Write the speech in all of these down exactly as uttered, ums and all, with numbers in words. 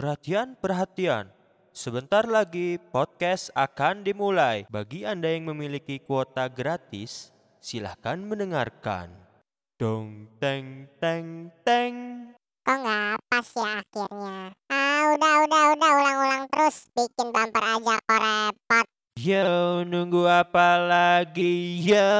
Perhatian, perhatian. Sebentar lagi podcast akan dimulai. Bagi Anda yang memiliki kuota gratis, silahkan mendengarkan. Dong teng teng teng. Kok nggak pas ya akhirnya? Ah, udah, udah, udah, ulang-ulang terus. Bikin bumper aja kok repot. Yo, nunggu apa lagi yo?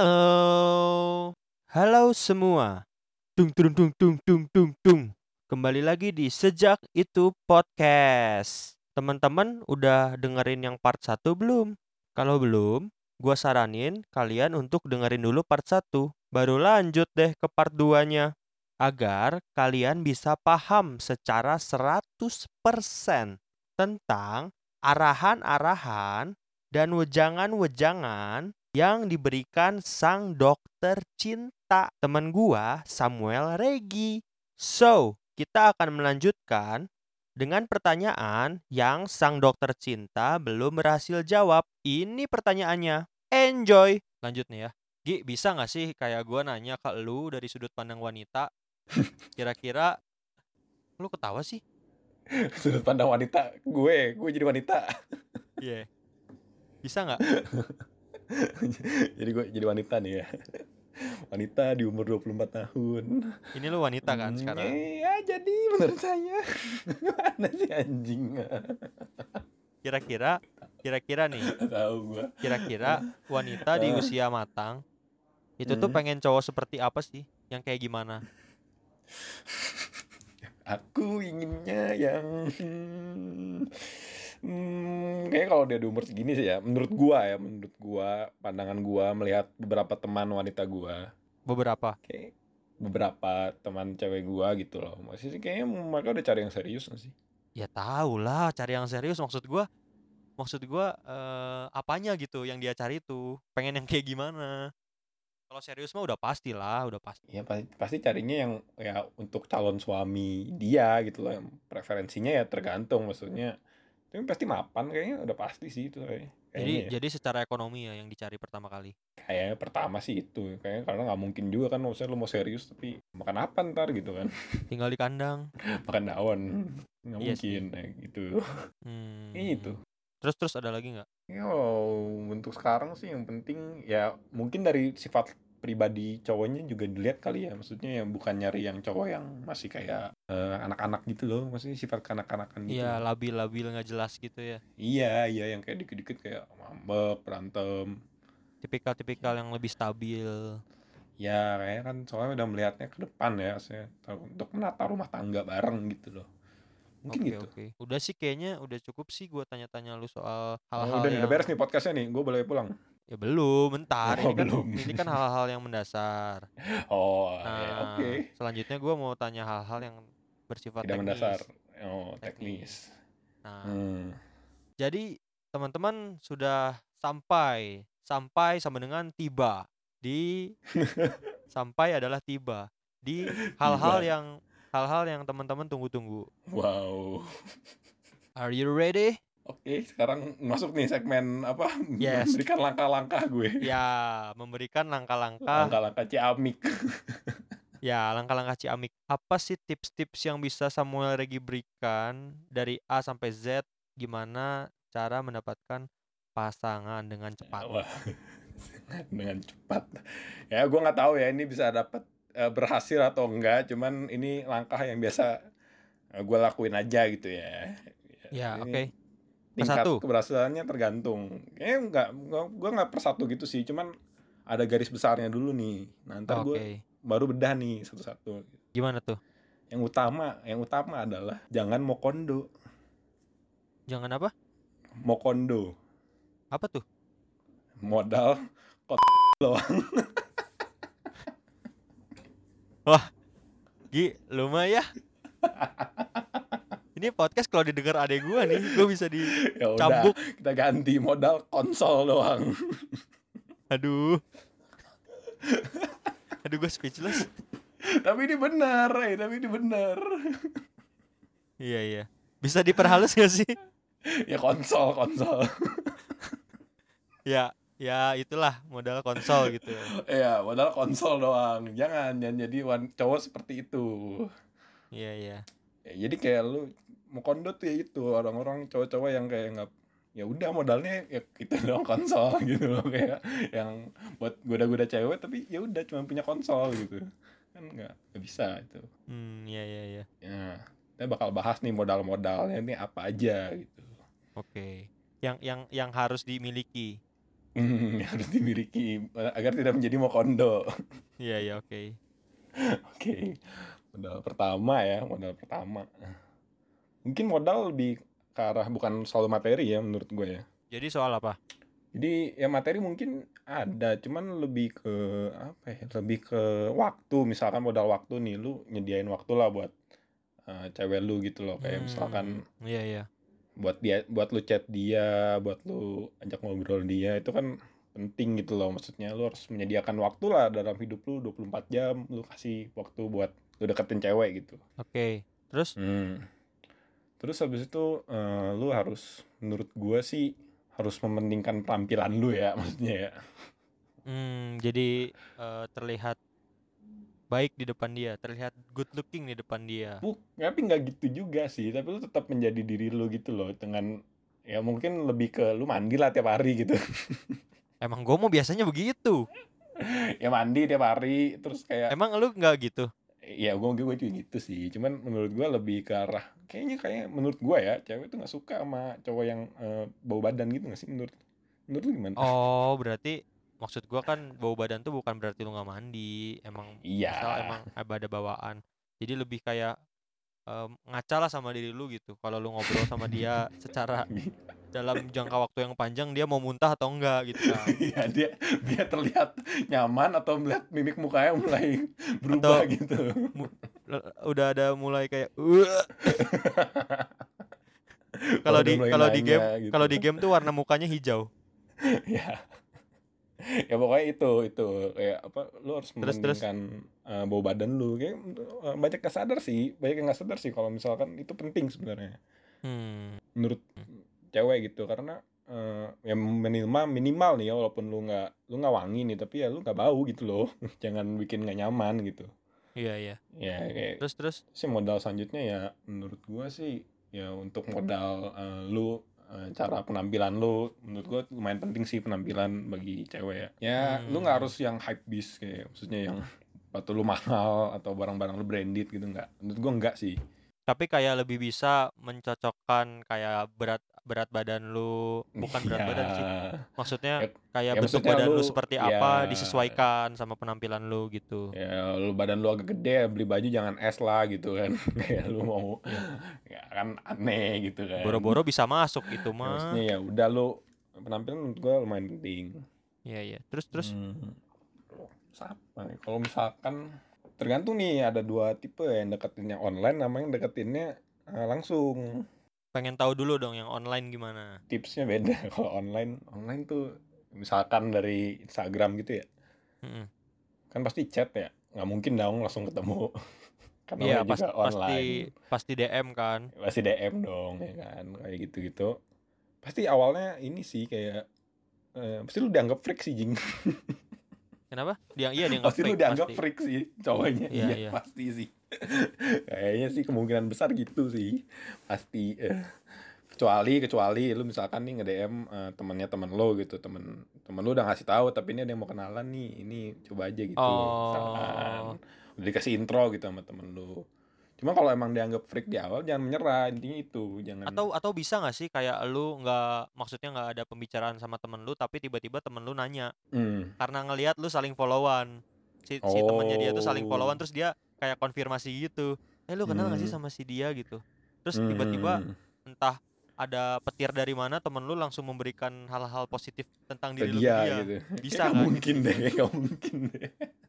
Halo semua. Tung tung tung tung tung tung tung. Kembali lagi di Sejak Itu Podcast. Teman-teman udah dengerin yang part satu belum? Kalau belum, gua saranin kalian untuk dengerin dulu part satu, baru lanjut deh ke part dua-nya. Agar kalian bisa paham secara seratus persen tentang arahan-arahan dan wejangan-wejangan yang diberikan sang dokter cinta teman gua Samuel Regi. So, kita akan melanjutkan dengan pertanyaan yang sang dokter cinta belum berhasil jawab. Ini pertanyaannya. Enjoy. Lanjut nih ya. Gi, bisa gak sih kayak gua nanya ke lu dari sudut pandang wanita? Kira-kira lu ketawa sih? Sudut pandang wanita, gue, gue jadi wanita. Iya. Yeah. Bisa gak? Jadi gue jadi wanita nih ya. Wanita di umur dua puluh empat tahun. Ini lu wanita kan hmm, sekarang? Iya, jadi menurut saya. Mana sih anjing? Kira-kira, kira-kira nih. Tahu gue. Kira-kira wanita di usia matang itu tuh pengen cowok seperti apa sih? Yang kayak gimana? Aku inginnya yang hmm, hmm, kayaknya kalau dia di umur segini sih ya, menurut gua ya, menurut gua, pandangan gua melihat beberapa teman wanita gua. Beberapa? Kayak beberapa teman cewek gua gitu loh. Masih sih kayaknya mereka udah cari yang serius gak sih? Ya tahu lah, cari yang serius. Maksud gua, maksud gua eh, apanya gitu yang dia cari tuh? Pengen yang kayak gimana? Kalau serius mah udah pasti lah, udah pasti. Ya pasti, pasti carinya yang ya untuk calon suami dia gitu loh. Yang preferensinya ya tergantung, maksudnya. Tapi pasti mapan kayaknya udah pasti sih itu kayaknya. Jadi, ya. jadi secara ekonomi ya yang dicari pertama kali. Kayaknya pertama sih itu, kayaknya karena nggak mungkin juga kan, maksudnya lu mau serius tapi makan apa ntar gitu kan? Tinggal di kandang. Makan daun, nggak Iya mungkin sih. kayak gitu. Hmm. Itu. Terus terus ada lagi nggak? Ya untuk sekarang sih yang penting ya mungkin dari sifat pribadi cowoknya juga dilihat kali ya, maksudnya ya bukan nyari yang cowok yang masih kayak uh, anak-anak gitu loh, maksudnya sifat kanak-kanakan gitu. Iya, labil-labil nggak jelas gitu ya. Iya iya yang kayak dikit-dikit kayak ngambek, berantem. Tipikal-tipikal yang lebih stabil. Ya kayaknya kan soalnya udah melihatnya ke depan ya, maksudnya untuk menata rumah tangga bareng gitu loh. Mungkin Oke, gitu. oke. Udah sih kayaknya udah cukup sih gue tanya-tanya lu soal Oh, hal-hal udah nih, yang udah beres nih podcastnya nih, gue boleh pulang. ya belum, bentar. Oh, Ini kan belum. ini kan hal-hal yang mendasar. Oh, Nah, ya, oke. selanjutnya gue mau tanya hal-hal yang bersifat Tidak teknis. mendasar. Oh, teknis. Nah, Hmm. jadi teman-teman sudah sampai sampai sama dengan tiba di sampai adalah tiba di hal-hal Tiba. yang hal-hal yang teman-teman tunggu-tunggu. Wow. Are you ready? Oke, sekarang masuk nih segmen apa? Yes. Memberikan langkah-langkah gue. Ya, memberikan langkah-langkah. Langkah-langkah ciamik. Ya, langkah-langkah ciamik. Apa sih tips-tips yang bisa Samuel Regi berikan dari A sampai Z, gimana cara mendapatkan pasangan dengan cepat? Wah, dengan cepat. Ya, gue nggak tahu ya ini bisa dapat uh, berhasil atau enggak. Cuman ini langkah yang biasa uh, gue lakuin aja gitu ya. Ya, oke. Okay. Tingkat Persatu. keberhasilannya tergantung. Kayaknya enggak, gue nggak persatu gitu sih. Cuman ada garis besarnya dulu nih. Nah, ntar gue okay. baru bedah nih satu-satu. Gimana tuh? Yang utama, yang utama adalah jangan mokondo. Jangan apa? Mokondo. Apa tuh? Modal kot doang. Wah, Gi, lu mah ya. Ini podcast kalau didengar adek gue nih, gue bisa dicambuk. Ya kita ganti modal konsol doang. Aduh. Aduh, gue speechless. Tapi ini benar, eh, tapi ini benar. Iya, iya. Bisa diperhalus gak sih? Ya konsol, konsol. Ya, ya itulah modal konsol gitu ya. Iya, modal konsol doang. Jangan, jangan jadi cowok seperti itu. Iya, iya. Ya, jadi kayak lu mau kondo tuh ya itu orang-orang cowok-cowok yang kayak nggak, ya udah modalnya ya kita doang konsol gitu loh, kayak yang buat goda-goda cewek tapi ya udah cuma punya konsol gitu kan, nggak nggak bisa itu. Hmm, ya ya ya. Ya kita bakal bahas nih modal-modalnya ini apa aja gitu. Oke. Yang yang yang harus dimiliki. Hmm, harus dimiliki agar tidak menjadi mokondo. Iya ya, oke. Oke, modal pertama ya, modal pertama. Mungkin modal lebih ke arah bukan selalu materi ya menurut gue ya. Jadi soal apa? Jadi ya materi mungkin ada, cuman lebih ke apa ya? Lebih ke waktu. Misalkan modal waktu nih, lu nyediain waktu lah buat uh, cewek lu gitu loh. Kayak misalkan Hmm, iya ya. buat dia, buat lu chat dia, buat lu ajak ngobrol dia, itu kan penting gitu loh. Maksudnya lu harus menyediakan waktu lah dalam hidup lu dua puluh empat jam, lu kasih waktu buat lu deketin cewek gitu. Oke. Terus? Hmm. Terus habis itu uh, lu harus, menurut gua sih harus mementingkan penampilan lu ya, maksudnya ya. Hmm, jadi uh, terlihat baik di depan dia, terlihat good looking di depan dia. Buk, tapi nggak gitu juga sih, tapi lu tetap menjadi diri lu gitu loh, dengan ya mungkin lebih ke lu mandi lah tiap hari gitu. Emang gue mau biasanya begitu. Ya mandi tiap hari, terus kayak Emang lu nggak gitu? ya gue gue juga gitu sih, cuman menurut gue lebih ke arah kayaknya kayak menurut gue ya, cewek tuh nggak suka sama cowok yang uh, bau badan gitu nggak sih, menurut menurut lu gimana? Oh, berarti maksud gua kan bau badan tuh bukan berarti lu nggak mandi. Emang Iya. misal emang ada bawaan. Jadi lebih kayak um, ngaca lah sama diri lu gitu. Kalau lu ngobrol sama dia secara dalam jangka waktu yang panjang, dia mau muntah atau enggak gitu kan. Iya, dia dia terlihat nyaman atau melihat mimik mukanya mulai berubah Atau gitu. mu- le- udah ada mulai kayak "Uah." Kalau Kalau udah di mulai kalau di nanya game gitu. kalau di game tuh warna mukanya hijau. Ya. Ya pokoknya itu itu kayak apa, lu harus Terus terus. mementingkan uh, bau badan lu. Kayak uh, banyak gak sadar sih, banyak yang gak sadar sih kalau misalkan itu penting sebenarnya. Hmm. Menurut cewek gitu, karena uh, ya minimal minimal nih ya, walaupun lu nggak lu nggak wangi nih, tapi ya lu nggak bau gitu loh. Jangan bikin nggak nyaman gitu. Iya iya. Ya kayak Terus terus. sih modal selanjutnya ya menurut gua sih ya untuk modal uh, lu uh, cara penampilan lu, menurut gua lumayan penting sih penampilan bagi cewek ya. Ya Hmm. lu nggak harus yang hype beast kayak maksudnya yang sepatu lu mahal atau barang-barang lu branded gitu, nggak. Menurut gua nggak sih. Tapi kayak lebih bisa mencocokkan kayak berat berat badan lu, bukan berat Ya, badan sih. Maksudnya ya, kayak ya bentuk maksudnya badan lu lu seperti ya apa disesuaikan sama penampilan lu gitu. ya lu badan lu agak gede, beli baju jangan S lah gitu kan. Kayak lu mau Ya. ya kan aneh gitu kan. Boro-boro bisa masuk itu Ya, mah. maksudnya ya udah lu penampilan menurut gua lumayan penting. Iya iya. Terus terus. Hmm. Siapa nih? Kalau misalkan tergantung nih, ada dua tipe ya, yang deketinnya online sama yang deketinnya uh, langsung. Pengen tahu dulu dong yang online gimana. Tipsnya beda. Kalau online, online tuh misalkan dari Instagram gitu ya, Mm-mm. kan pasti chat ya, nggak mungkin dong langsung ketemu. Karena Iya namanya pas, juga pasti online. pasti D M kan. Pasti D M dong ya kan, kayak gitu-gitu. Pasti awalnya ini sih kayak eh, pasti lu dianggap freak sih, Jing. Kenapa? Dia iya dia Pasti lu nge-fake dianggap pasti. freak sih cowoknya. Iya, Iya, iya. pasti sih. Kayaknya sih kemungkinan besar gitu sih. Pasti eh. kecuali kecuali lu misalkan nih nge-D M uh, temennya temen lo gitu, temen temen lu udah ngasih tahu tapi ini ada yang mau kenalan nih, ini coba aja gitu. Misalkan Oh. udah dikasih intro gitu sama temen lu. Cuma kalau emang dianggap freak di awal, jangan menyerah, intinya itu. Jangan. Atau atau bisa nggak sih kayak lu nggak, maksudnya nggak ada pembicaraan sama temen lu tapi tiba-tiba temen lu nanya Hmm. karena ngelihat lu saling followan, si si temennya dia tuh saling followan, Oh. terus dia kayak konfirmasi gitu, eh lu kenal nggak sih Hmm. sama si dia gitu, terus Hmm. tiba-tiba entah ada petir dari mana, temen lu langsung memberikan hal-hal positif tentang Ke diri lu ke dia dia. gitu. Bisa Kayak kan mungkin gitu? deh, kayak mungkin deh.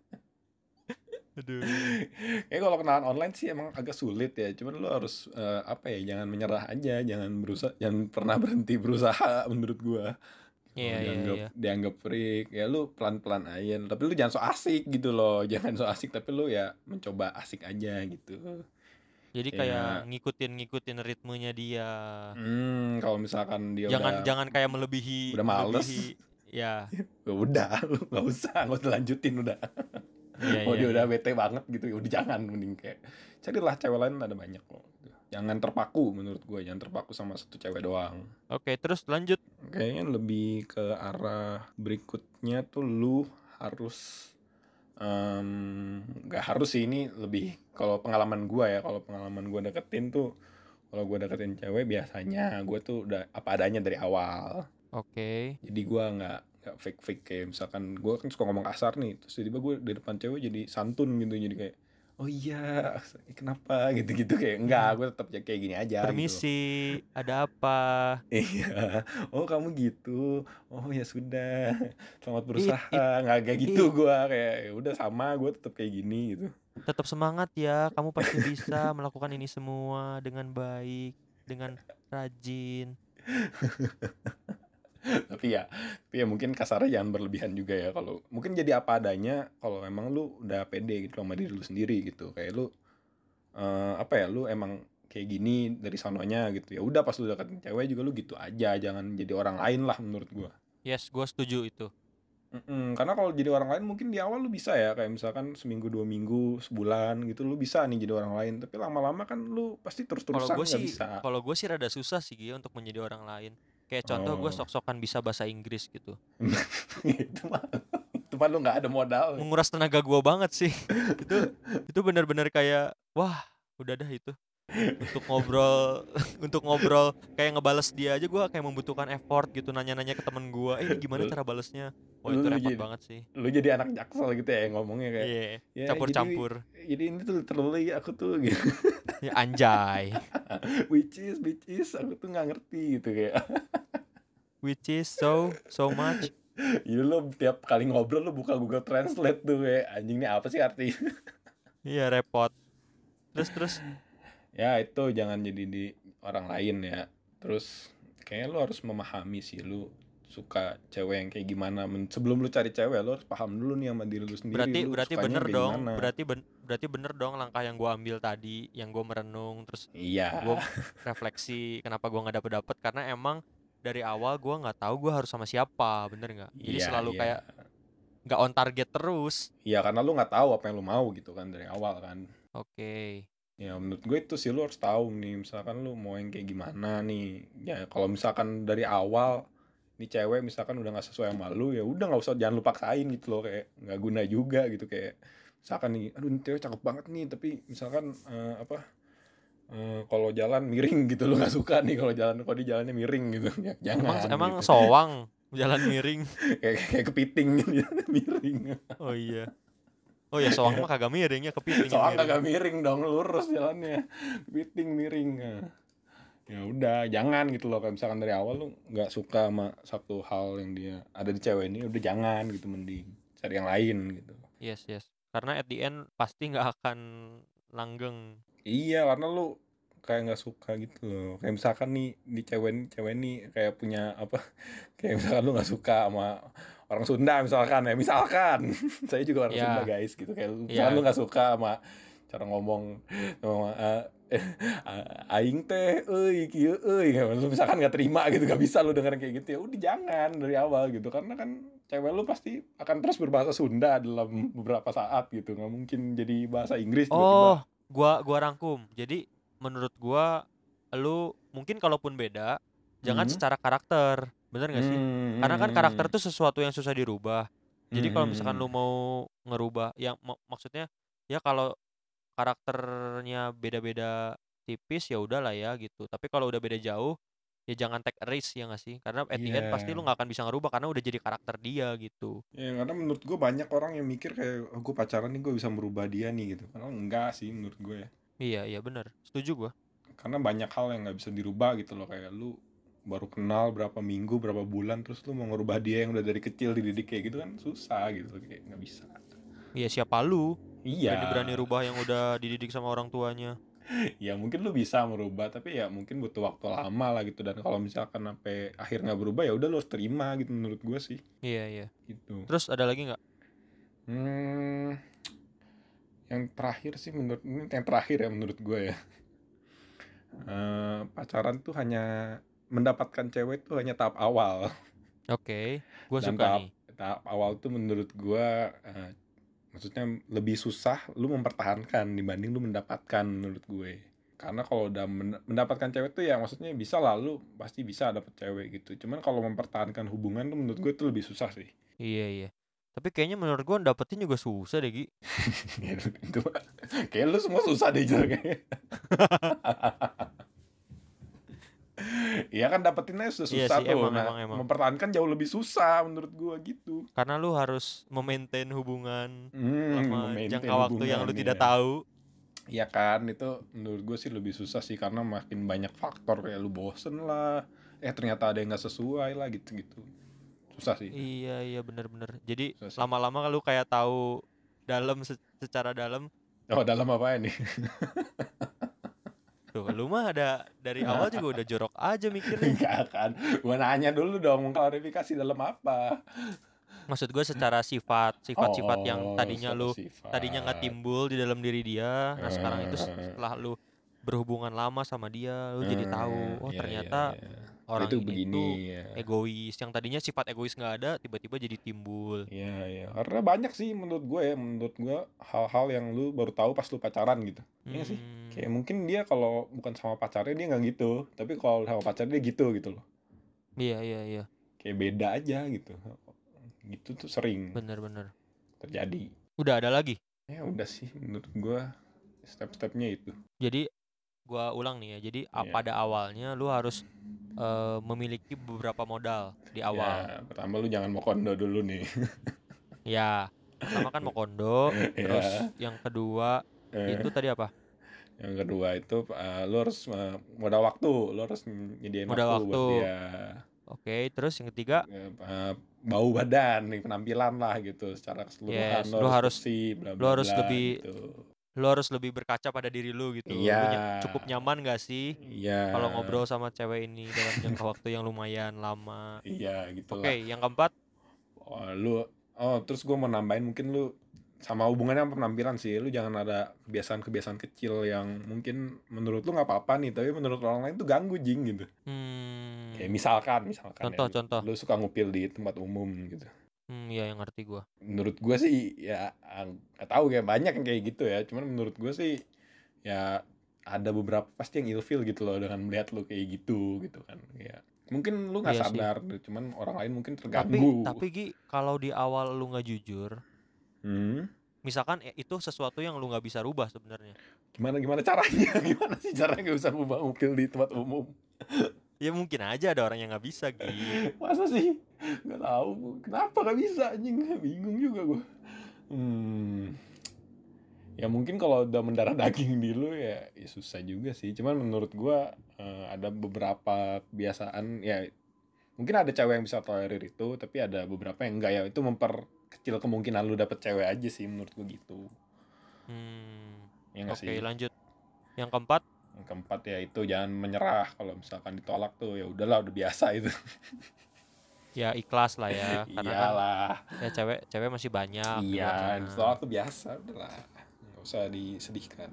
Aduh. Kayak kalau kenalan online sih emang agak sulit ya. Cuman lu harus uh, apa ya? Jangan menyerah aja, jangan berusaha, jangan pernah berhenti berusaha menurut gua. Iya Kalau iya dianggap iya. dianggap freak, ya lu pelan-pelan aja. Tapi lu jangan so asik gitu loh. Jangan so asik tapi lu ya mencoba asik aja gitu. Jadi Ya. kayak ngikutin-ngikutin ritmenya dia. Hmm, kalau misalkan dia Jangan udah jangan kayak melebihi udah males. melebihi ya. Ya udah, lu nggak usah, nggak usah lanjutin udah. Iya Kalau iya dia udah iya. bete banget gitu ya udah jangan, mending kayak carilah cewek lain, ada banyak kok. Jangan terpaku menurut gue, jangan terpaku sama satu cewek doang. Oke, terus lanjut. Kayaknya lebih ke arah berikutnya tuh lu harus em, nggak harus sih, ini lebih kalau pengalaman gue ya, kalau pengalaman gue deketin tuh, kalau gue deketin cewek biasanya gue tuh udah apa adanya dari awal. Oke. Jadi gue nggak nggak fake fake kayak misalkan gue kan suka ngomong kasar nih, terus tiba-tiba gue di depan cewek jadi santun gitu, jadi kayak oh iya kenapa gitu-gitu, kayak enggak, Hmm. gue tetap kayak gini aja gitu loh. Permisi, ada apa? Iya, oh kamu gitu, oh ya sudah, selamat It berusaha, it nggak kayak gitu it gue, kayak ya udah sama, gue tetap kayak gini gitu. tetap semangat ya. Kamu pasti bisa melakukan ini semua dengan baik, dengan rajin. Tapi ya, tapi ya mungkin kasarnya jangan berlebihan juga ya, kalau mungkin jadi apa adanya, kalau emang lu udah pede gitu sama diri lu sendiri gitu, kayak lu eh, apa ya, lu emang kayak gini dari sononya gitu, ya udah pas lu deketin cewek juga lu gitu aja, jangan jadi orang lain lah menurut gue. Yes, gue setuju itu. Mm-mm, karena kalau jadi orang lain mungkin di awal lu bisa ya, kayak misalkan seminggu dua minggu sebulan gitu lu bisa nih jadi orang lain, tapi lama-lama kan lu pasti Kalau terus-terusan gue nggak sih, bisa. kalau gue sih rada susah sih Gia untuk menjadi orang lain. Kayak contoh gue Oh. sok-sokan bisa bahasa Inggris gitu. itu mah itu mah lu nggak ada modal. Menguras tenaga gue banget sih. itu itu benar-benar kayak wah udah dah itu. Untuk ngobrol untuk ngobrol kayak ngebales dia aja gue kayak membutuhkan effort gitu, nanya-nanya ke temen gue, eh ini gimana lu, cara balesnya. Wah lu, itu lu repot jadi banget sih. lu jadi anak jaksel gitu ya, yang ngomongnya kayak Iya, ya jadi campur-campur. jadi ini tuh literally aku tuh gitu. Ya anjay. which is which is aku tuh nggak ngerti gitu kayak. Which is so so much. Jadi lo tiap kali ngobrol lo buka Google Translate tuh kayak anjing ini apa sih artinya. Iya repot. Terus terus Ya itu jangan jadi di orang lain ya. Terus kayaknya lo harus memahami sih lo suka cewek yang kayak gimana. Men- sebelum lo cari cewek lo harus paham dulu nih sama diri lo sendiri, berarti lo berarti sukanya bener yang kayak dong. gimana. Berarti ben, berarti bener dong langkah yang gue ambil tadi, yang gue merenung terus Iya. gue refleksi kenapa gue nggak dapet dapet karena emang dari awal gue nggak tahu gue harus sama siapa, bener nggak? Jadi Iya, selalu iya. kayak nggak on target terus. Iya karena lo nggak tahu apa yang lo mau gitu kan dari awal kan. Oke. Ya menurut gue itu sih lo harus tahu nih, misalkan lo mau yang kayak gimana nih. Ya kalau misalkan dari awal nih cewek misalkan udah nggak sesuai sama lo, ya udah nggak usah, jangan lu paksain gitu loh, kayak nggak guna juga gitu. Kayak misalkan nih, aduh ini cewek cakep banget nih, tapi misalkan eh, apa eh, kalau jalan miring gitu, lo nggak suka nih kalau jalan, kalau di jalannya miring gitu, ya Emang jangan emang gitu. sowang jalan miring. kayak kayak kepiting gitu miring. Oh iya. Oh ya sowang mah kagak miring ya, kepiting yang Soalnya miring. kagak miring dong, lurus jalannya, kepiting miring. Nah, ya udah jangan gitu loh, kayak misalkan dari awal lu nggak suka sama satu hal yang dia ada di cewek ini, udah jangan gitu, mending cari yang lain gitu. Yes yes. Karena at the end pasti nggak akan langgeng. Iya karena lu kayak nggak suka gitu loh, kayak misalkan nih di cewek nih cewek nih kayak punya apa, kayak misalkan lu nggak suka sama orang Sunda misalkan ya, misalkan saya juga orang Ya. Sunda guys gitu, kayak lu- Ya. misalkan lu nggak suka sama cara ngomong sama eh, eh, aing teh euy kieu euy, lu misalkan nggak terima gitu, nggak bisa lu dengerin kayak gitu, ya udah jangan dari awal gitu, karena kan cewek lu pasti akan terus berbahasa Sunda dalam beberapa saat gitu, nggak mungkin jadi bahasa Inggris tiba-tiba. Oh, gua gua rangkum. Jadi menurut gua lu mungkin kalaupun beda, jangan Hmm. secara karakter. Bener gak sih? Hmm, Karena kan hmm, karakter hmm. tuh sesuatu yang susah dirubah. Jadi Hmm, kalau hmm, misalkan hmm. lu mau ngerubah yang mak- maksudnya ya kalau karakternya beda-beda tipis ya udahlah ya gitu. Tapi kalau udah beda jauh ya jangan take a risk ya gak sih? Karena at the end Iya. pasti lu nggak akan bisa ngerubah karena udah jadi karakter dia gitu. Ya karena menurut gue banyak orang yang mikir kayak oh, gue pacaran nih gue bisa merubah dia nih gitu. Karena enggak sih menurut gue ya. Iya, iya bener. Setuju gua. Karena banyak hal yang nggak bisa dirubah gitu loh, kayak lu baru kenal berapa minggu berapa bulan terus lu mau ngerubah dia yang udah dari kecil dididik kayak gitu kan susah gitu, kayak nggak bisa. Iya siapa lu? Iya. Berani-berani rubah yang udah dididik sama orang tuanya. Ya mungkin lu bisa merubah tapi ya mungkin butuh waktu lama lah gitu, dan kalau misalkan sampai akhir nggak berubah ya udah lu harus terima gitu menurut gue sih Iya, iya. gitu. Terus ada lagi nggak? Hmm, yang terakhir sih menurut ini yang terakhir ya menurut gue ya. Eh, pacaran tuh hanya mendapatkan cewek tuh hanya tahap awal. Oke, gua Dan suka tahap nih. tahap awal tuh menurut gue eh, maksudnya lebih susah lu mempertahankan dibanding lu mendapatkan menurut gue. Karena kalau udah mendapatkan cewek tuh ya maksudnya bisa lah, lu pasti bisa dapet cewek gitu. Cuman kalau mempertahankan hubungan tuh menurut gue tuh lebih susah sih. Iya iya. Tapi kayaknya menurut gue dapetin juga susah deh Gi. Ya, itu kayak lu semua susah deh kayaknya. Iya kan dapetinnya susah Iya sih, tuh. emang, Nah, emang, emang. mempertahankan jauh lebih susah menurut gua gitu. Karena lu harus memaintain hubungan Hmm, selama memaintain jangka waktu hubungan, yang lu iya. tidak tahu. Iya kan, itu menurut gue sih lebih susah sih karena makin banyak faktor kayak lu bosen lah, eh ternyata ada yang nggak sesuai lah gitu-gitu. Susah sih. Iya iya benar-benar. Jadi Susah sih. lama-lama lu kayak tahu dalam se- secara dalam. Oh, dalam apa ini? Tuh, lu mah ada dari awal juga udah jorok aja mikirnya. Enggak kan, gua nanya dulu dong, klarifikasi dalam apa? Maksud gue secara sifat, sifat-sifat yang Oh, tadinya secara lu sifat. tadinya nggak timbul di dalam diri dia. Nah, sekarang itu Eh, setelah lu berhubungan lama sama dia, lu jadi tahu, oh iya, ternyata iya, iya. orang Itu ini begini, tuh ya. egois. Yang tadinya sifat egois nggak ada, tiba-tiba jadi timbul. Iya, iya. Karena banyak sih menurut gue ya, menurut gue hal-hal yang lu baru tahu pas lu pacaran gitu. Iya sih. Hmm, Kayak mungkin dia kalau bukan sama pacarnya dia nggak gitu, tapi kalau sama pacarnya dia gitu gitu loh. iya iya iya, Kayak beda aja gitu. Gitu tuh sering bener-bener. terjadi. Udah ada lagi. Ya udah sih menurut gue step-stepnya itu. Jadi gua ulang nih ya. Jadi a- Iya. pada awalnya lu harus eh, memiliki beberapa modal di awal. Ya, pertama lu jangan mau kondo dulu nih. Ya, pertama kan mau kondo, terus Ya. yang kedua Eh, itu tadi apa? Yang kedua itu uh, lu harus uh, modal waktu, lu harus nyediain Modal waktu buat waktu. dia. Oke, terus yang ketiga, Uh, bau badan, nih, penampilan lah gitu secara keseluruhan. yes, Lu lu harus harus bersih, bla lu bla harus bla lebih gitu. lu harus lebih berkaca pada diri lu gitu. Lu Iya. ny- cukup nyaman gak sih Iya. kalau ngobrol sama cewek ini dalam jangka waktu yang lumayan lama? Iya, gitulah. Oke, yang keempat, Oh, lu oh terus gue mau nambahin mungkin lu sama hubungannya sama penampilan sih, lu jangan ada kebiasaan-kebiasaan kecil yang mungkin menurut lu nggak apa-apa nih tapi menurut orang lain tuh ganggu jing gitu. hmm, Kayak misalkan misalkan contoh ya, contoh. lu suka ngupil di tempat umum gitu. Hmm, ya yang ngerti gua. Menurut gue sih ya nggak tahu kayak banyak yang kayak gitu ya, cuman menurut gue sih ya ada beberapa pasti yang ilfil gitu loh dengan melihat lu kayak gitu gitu kan ya. Mungkin lu nggak Iya sih. sadar, cuman orang lain mungkin Tapi terganggu. tapi Gi, kalau di awal lu nggak jujur, Hmm? misalkan eh, itu sesuatu yang lu nggak bisa rubah sebenarnya. Gimana gimana caranya? Gimana sih caranya nggak bisa ngubah ngupil di tempat umum? Ya mungkin aja ada orang yang nggak bisa Gi. Masa sih? Nggak tahu. Kenapa nggak bisa anjing? Bingung juga gue. Hmm. Ya mungkin kalau udah mendarah daging di lu ya, ya susah juga sih. Cuman menurut gue eh, ada beberapa kebiasaan ya. Mungkin ada cewek yang bisa tolerir itu, tapi ada beberapa yang enggak ya. Itu memperkecil kemungkinan lu dapet cewek aja sih menurut gue gitu. Hmm. Ya nggak Oke, sih? lanjut. Yang keempat, Yang keempat ya itu jangan menyerah kalau misalkan ditolak tuh ya udahlah udah biasa itu. ya ikhlas lah ya, karena kan Iyalah. ya cewek cewek masih banyak di luar Iya, sana. ditolak tuh biasa udahlah. Nggak usah disedihkan.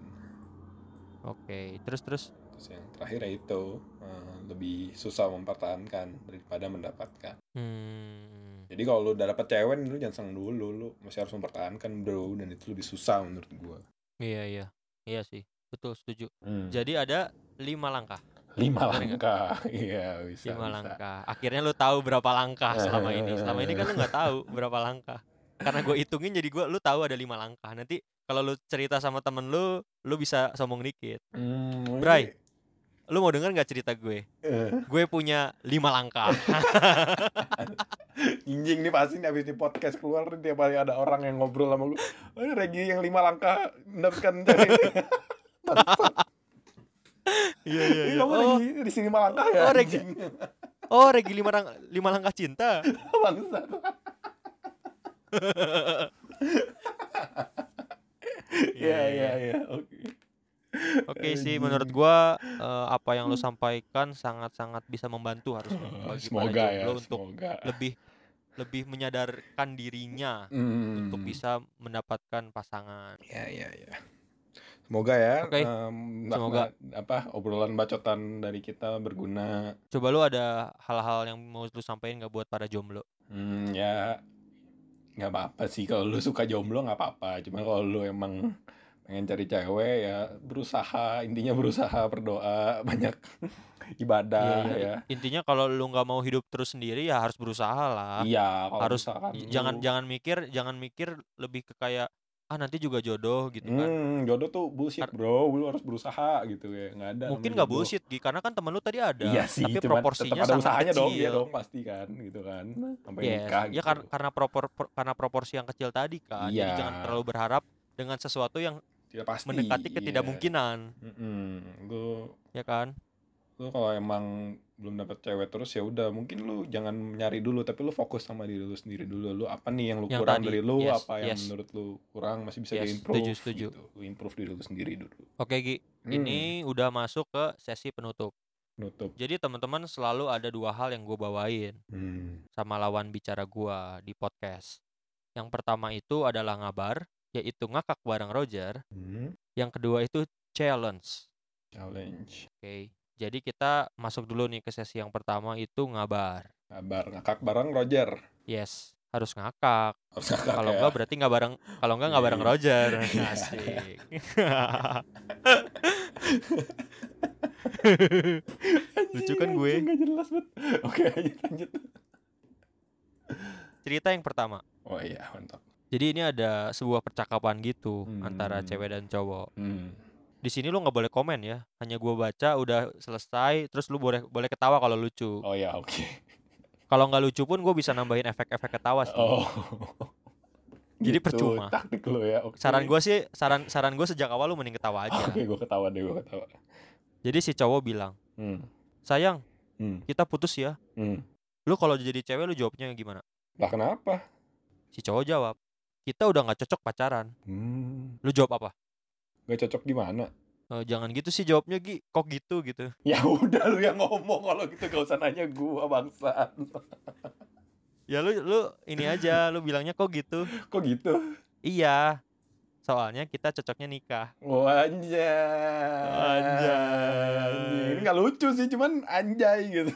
Oke, terus terus. Terus yang terakhir ya itu eh, lebih susah mempertahankan daripada mendapatkan. Hmm. Jadi kalau lu udah dapet cewek lu jangan seneng dulu, lu masih harus mempertahankan bro, dan itu lebih susah menurut gua. Iya iya, iya sih, betul setuju. Hmm. Jadi ada lima langkah. Lima Bener nggak? langkah, iya bisa. Lima bisa. langkah. Akhirnya lu tahu berapa langkah selama ini. Selama ini kan lu nggak tahu berapa langkah. Karena gue hitungin jadi gue, lu tahu ada lima langkah. Nanti kalau lu cerita sama temen lu, lu bisa sombong dikit. Hmm, Bray, lu mau denger nggak cerita gue? Eh. Gue punya lima langkah. Injing nih pasti nih abis di podcast keluar nih tiap kali ada orang yang ngobrol sama gue. Oh, ini Regi yang lima langkah mendapatkan cewek. Iya iya Ini iya. kamu Oh, Regi di sini lima langkah ya? oh, Regi. anjing? oh Regi lima, lang- lima langkah cinta. Bangsat. Iya iya iya. Oke. Oke sih, Anjing. menurut gua eh, apa yang lu sampaikan sangat-sangat bisa membantu harusnya bagi Semoga para ya, jomblo untuk semoga. lebih lebih menyadarkan dirinya Hmm. untuk bisa mendapatkan pasangan. Ya ya ya. Semoga ya. Oke, em, semoga. ma- apa obrolan bacotan dari kita berguna. Coba lu ada hal-hal yang mau lu sampaikan nggak buat para jomblo? Hmm, ya nggak apa-apa sih kalau lu suka jomblo nggak apa-apa. Cuma kalau lu emang pengen cari cewek ya berusaha, intinya berusaha, berdoa, banyak Iya ibadah iya ya. I- intinya kalau lu nggak mau hidup terus sendiri ya harus berusaha lah. Iya, kalau Harus misalkan j- lu jangan jangan mikir jangan mikir lebih ke kayak ah nanti juga jodoh gitu kan. hmm, jodoh tuh bullshit Kar- bro, lu harus berusaha gitu ya, nggak ada mungkin namanya nggak jodoh. bullshit Gi, karena kan temen lu tadi Iya ada, sih, tapi cuman tetap proporsinya ada sangat usahanya dong dia kecil. dong pasti kan, gitu kan, sampai Yes, nikah ya gitu. kar- karena propor pro- karena proporsi yang kecil tadi kan. Jadi jangan Iya, terlalu berharap dengan sesuatu yang tidak pasti. mendekati Iya. ketidakmungkinan, Mm-mm. Lu ya kan? lu kalau emang belum dapet cewek terus ya udah, mungkin lu jangan nyari dulu, tapi lu fokus sama diri lu sendiri dulu. Lu apa nih yang lu Yang kurang tadi, dari lu, yes, apa yang yes, menurut lu kurang masih bisa yes, di-improve setuju, setuju. gitu. Lu improve diri lu sendiri dulu. Oke Gi, Hmm, ini udah masuk ke sesi penutup. nutup. Jadi teman-teman selalu ada dua hal yang gue bawain Hmm. sama lawan bicara gue di podcast. Yang pertama itu adalah ngabar, yaitu ngakak bareng Roger. Hmm. Yang kedua itu challenge. Challenge. Oke, jadi kita masuk dulu nih ke sesi yang pertama itu ngabar. Kabar ngakak bareng Roger. Yes, harus ngakak. Harus ngakak Kalau ya. enggak berarti nggak bareng, kalau enggak nggak Iya, bareng iya. Roger. Iya. Asik. Lucu kan gue? Anjing, nggak jelas banget. Oke, ayo lanjut. Cerita yang pertama. Oh iya, mantap. Jadi ini ada sebuah percakapan gitu antara Hmm. cewek dan cowok. Hmm. Di sini lu nggak boleh komen ya, hanya gua baca udah selesai, terus lu boleh boleh ketawa kalau lucu. Oh ya, oke. Kalau nggak lucu pun gue bisa nambahin efek-efek ketawa sih. Oh. Jadi Gitu, percuma. taktik lo ya. Oke. Saran gue sih, saran saran gue sejak awal lu mending ketawa aja. Oke, gue ketawa deh, gue ketawa. Jadi si cowok bilang, Hmm. sayang, Hmm. kita putus ya. Hmm. Lu kalau jadi cewek lu jawabnya gimana? Lah kenapa? Si cowok jawab, kita udah nggak cocok pacaran. Hmm. Lu jawab apa? Gak cocok di mana? "Eh, jangan gitu sih jawabnya Gi, kok gitu gitu. Ya udah lu yang ngomong, kalau gitu gak usah nanya gua, bangsat. Ya lu lu ini aja, lu bilangnya kok gitu. Kok gitu? Iya, soalnya kita cocoknya nikah. Oh, anjay. Anjay. Ini gak lucu sih, cuman anjay gitu.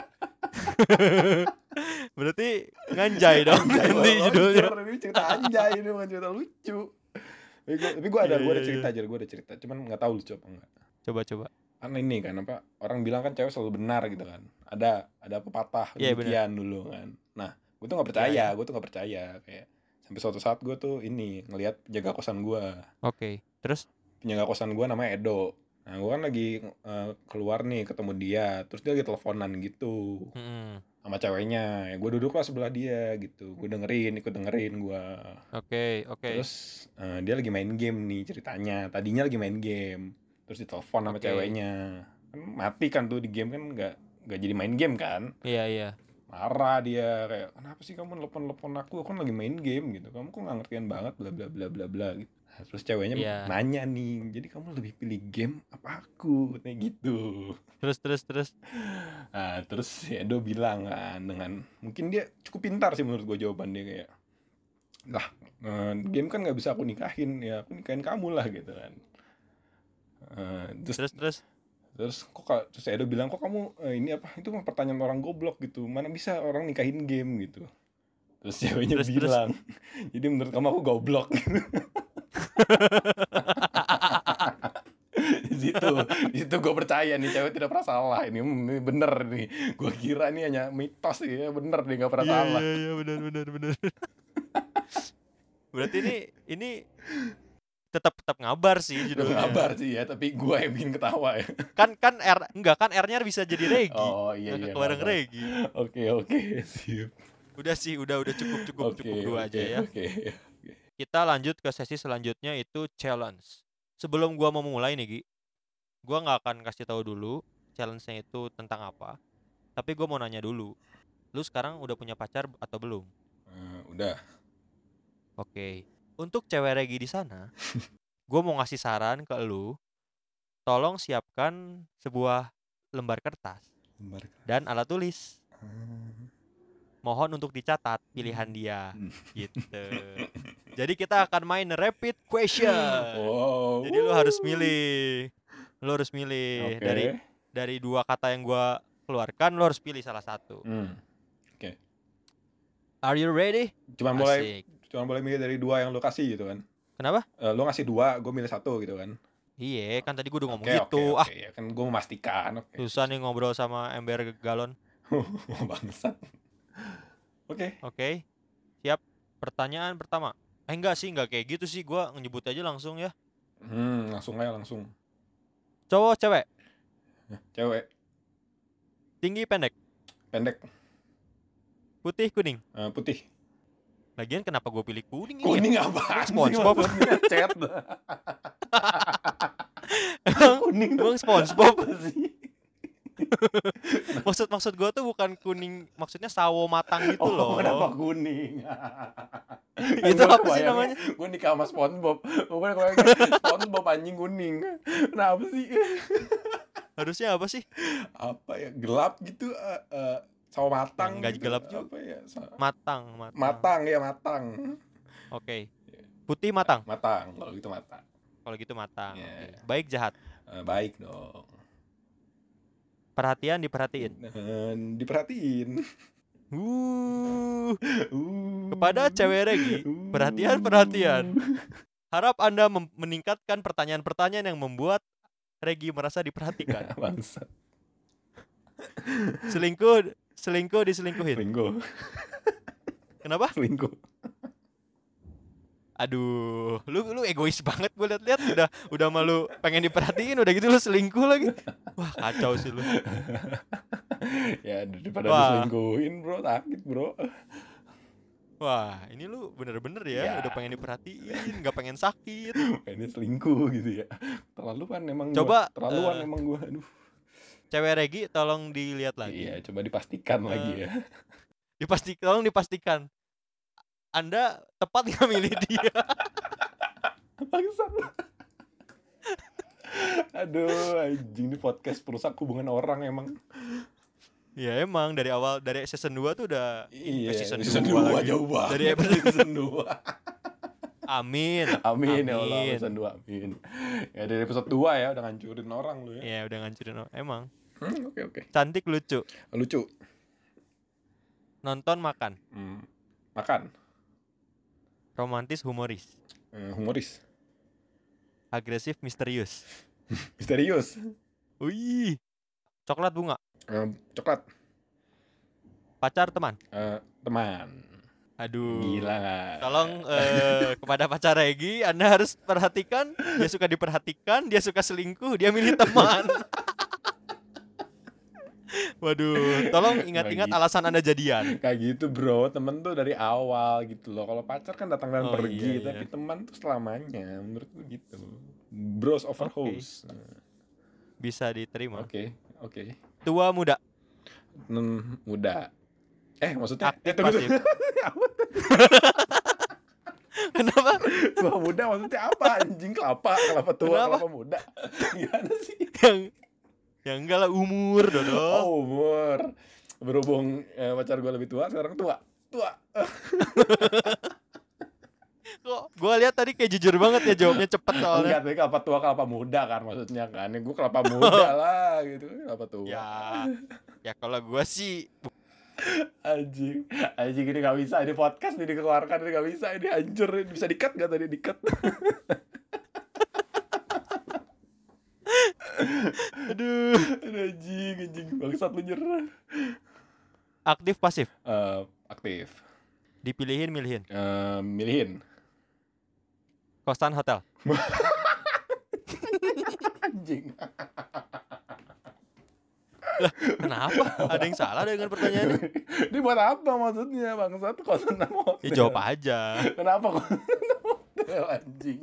Berarti nganjay dong Anjay, nanti Bang judulnya. Roger. Ini cerita anjay, ini bukan cerita lucu. Tapi gua, tapi gua ada, Iya, gua ada iya, cerita iya. aja, gua ada cerita. Cuman gak tahu lucu apa enggak. Coba coba. Kan ini kan apa, orang bilang kan cewek selalu benar gitu kan. Ada ada pepatah Iya, demikian dulu kan. Nah, gue tuh nggak percaya, Iya, iya. gue tuh nggak percaya kayak sampai suatu saat gue tuh ini ngelihat penjaga kosan gue, Oke, terus penjaga kosan gue namanya Edo. Nah, gue kan lagi eh, keluar nih ketemu dia, terus dia lagi teleponan gitu mm-mm. sama ceweknya. Ya gue duduk lah sebelah dia gitu, gue dengerin, ikut dengerin gue. Oke, oke. Terus eh, dia lagi main game nih ceritanya. Tadinya lagi main game, terus ditelepon sama Oke. ceweknya. Kan mati kan tuh di game kan, nggak nggak jadi main game kan. Iya, iya. Marah dia kayak, kenapa sih kamu nelpon-nelpon aku, aku kan lagi main game gitu, kamu kok nggak ngertian banget bla bla bla bla bla gitu. Nah, terus ceweknya Iya. nanya nih, jadi kamu lebih pilih game apa aku, kayak gitu. Terus terus terus. Nah, terus si Edo bilang kan, dengan mungkin dia cukup pintar sih menurut gue jawaban dia, kayak lah eh, game kan nggak bisa aku nikahin, ya aku nikahin kamu lah gitu kan. Eh, terus Terus terus. terus kok ka- terus Edo bilang, kok kamu eh, ini apa, itu mah pertanyaan orang goblok gitu, mana bisa orang nikahin game gitu. Terus ceweknya Terus, terus. bilang, jadi menurut kamu aku goblok. Di situ, di situ gue percaya nih cewek tidak pernah salah, ini, ini bener nih. Gue kira ini hanya mitos ya, bener nih nggak pernah Iya, salah. iya, iya, benar benar benar. Berarti ini ini tetap tetap ngabar sih Udah judulnya. ngabar sih ya, tapi gue yang bikin ketawa ya. Kan kan R enggak kan R-nya bisa jadi Regi. Oh iya Ngakak iya. bareng ngabar. Regi. Oke oke, sip. Udah sih, udah udah cukup cukup Oke cukup dua oke aja ya. oke. Kita lanjut ke sesi selanjutnya itu challenge. Sebelum gua mau mulai nih Gi, gua nggak akan kasih tahu dulu challenge-nya itu tentang apa. Tapi gua mau nanya dulu. Lu sekarang udah punya pacar atau belum? Eh, udah. Oke. Untuk cewek Regi di sana, gua mau ngasih saran ke lu. Tolong siapkan sebuah lembar kertas Lembar. dan alat tulis. Hmm. Mohon untuk dicatat pilihan dia Hmm. gitu. Jadi kita akan main rapid question. Wow. Jadi lu harus milih. Lu harus milih Oke. dari dari dua kata yang gua keluarkan, lu harus pilih salah satu. Hmm. Oke. Are you ready? Cuman boleh Asik. cuman boleh milih dari dua yang lo kasih gitu kan. Kenapa? Eh, lo ngasih dua, gue milih satu gitu kan. Iya, kan tadi gue udah ngomong Oke, gitu. oke, Ah, oke. Ya kan gue memastikan. Oke. susah nih ngobrol sama ember galon. Bangsat. Oke. Oke, siap. Pertanyaan pertama. Eh enggak sih, enggak kayak gitu sih. Gue nyebut aja langsung ya. Hmm, langsung aja langsung. Cowok, cewek, Cewek, tinggi, pendek, pendek, putih, kuning. eh, putih. Lagian kenapa gue pilih kuning ini? Kuning ya? apaan sih SpongeBob. maksudnya? Cat. Emang, Kuning tuh emang SpongeBob. apa sih? Maksud maksud gue tuh bukan kuning, maksudnya sawo matang gitu Oh, loh. kenapa kuning? Itu apa sih namanya? Gue nikah sama SpongeBob. Gue kebayangnya SpongeBob anjing kuning. Kenapa sih? Harusnya apa sih? Apa ya? Gelap gitu. Uh, uh, sawo matang. Nggak gitu. gelap juga. Apa ya? Sa- Matang, matang. matang ya matang. Oke. Putih matang. Matang. Kalau gitu matang. Kalau gitu matang. Yeah. Oke. Baik, jahat. Uh, baik dong. Perhatian, diperhatiin. Dan diperhatiin. Uh, Uh. kepada cewek Regi, Uh. perhatian, perhatian. Harap Anda mem- meningkatkan pertanyaan-pertanyaan yang membuat Regi merasa diperhatikan. Bangsat. Selingkuh, selingkuh diselingkuhin. Selingkuh. Kenapa? Selingkuh. Aduh, lu lu egois banget gue liat-liat, udah udah malu pengen diperhatiin, udah gitu lu selingkuh lagi. Wah, kacau sih lu. Ya daripada Wah. diselingkuhin bro, sakit bro. Wah, ini lu bener-bener ya, Ya. udah pengen diperhatiin, nggak pengen sakit. Ini selingkuh gitu ya. Terlaluan emang Coba, gua. Terlaluan eh, emang gua. Aduh. Cewek Regi tolong dilihat lagi. Iya, coba dipastikan Eh, lagi ya. Dipasti, tolong dipastikan. Anda tepat nggak milih dia? Bangsat. Aduh, anjing, ini podcast perusak hubungan orang emang. Ya emang dari awal, dari season dua tuh udah Iya, eh, season, season dua dua lagi. jauh banget. Dari episode season dua. Amin. Amin ya Allah, Amin. season dua. Amin. Ya dari episode dua ya udah ngancurin orang lu ya. Ya udah ngancurin orang. Emang Hmm, oke oke. cantik, lucu, Lucu. nonton, makan, Hmm, makan. romantis, humoris, Hmm, humoris. agresif, misterius. Misterius. Wih. Coklat, bunga, Hmm, coklat. pacar, teman. Eh, teman. Aduh. Gila nggak? Tolong eh, kepada pacar Regi, Anda harus perhatikan. Dia suka diperhatikan, dia suka selingkuh, dia milih teman. Waduh, tolong ingat-ingat Nggak gitu. alasan Anda jadian. Kayak gitu bro, temen tuh dari awal gitu loh. Kalau pacar kan datang dan Oh, pergi, iya, tapi iya. teman tuh selamanya. Menurut gue gitu. Bros over Oke. hoes. Bisa diterima. Oke, oke. Tua, muda, Hmm, muda. Eh maksudnya? aktif, eh, tunggu, pasif. tunggu. Apa? Kenapa? Tua muda maksudnya apa? Anjing, kelapa, kelapa tua, Kenapa? kelapa muda. Gimana sih? Yang yang enggak lah, umur, Dodo. Oh, umur. Berhubung eh, pacar gue lebih tua, sekarang tua. Tua. Kok gue lihat tadi kayak jujur banget ya, jawabnya cepet soalnya. Enggak, tapi kelapa tua, kelapa muda kan maksudnya kan. Gue kelapa muda lah gitu, kelapa tua. Ya, ya kalau gue sih Anjing, anjing ini gak bisa, ini podcast ini dikeluarkan, ini gak bisa, ini hancur, ini bisa di-cut gak tadi, di-cut? aduh. Aduh, anjing, anjing, bangsat lu nyerah. Aktif, pasif, Eh, aktif, dipilihin, milihin, Eh, milihin. kosan, hotel. Anjing. Kenapa? Ada yang salah dengan pertanyaan ini? Ini buat apa maksudnya bangsat, kosan sama hotel? Ya jawab aja. Kenapa kosan sama hotel anjing?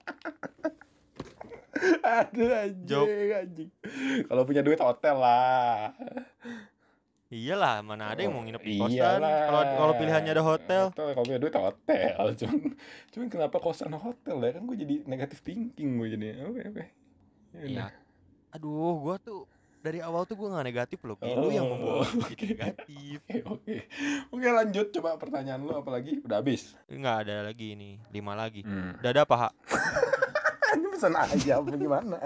Aduh anjing, Jawab. anjing. Kalau punya duit hotel lah. Iyalah, mana ada yang mau nginep di kosan. Iyalah. Kalau kalau pilihannya ada hotel. Kalau punya duit hotel, cuman cuman kenapa kosan hotel ya? Kan gue jadi negatif thinking gue jadi. Oke oke. Ya Iya. udah. Aduh, gua tuh dari awal tuh gue nggak negatif loh. Pi. Lu yang Oh, membawa gue oke. jadi negatif. Oke oke. Oke lanjut, coba pertanyaan lu apa lagi? Udah habis. Nggak ada lagi ini, lima lagi. Hmm. Dada, paha. Ini pesan aja apa gimana?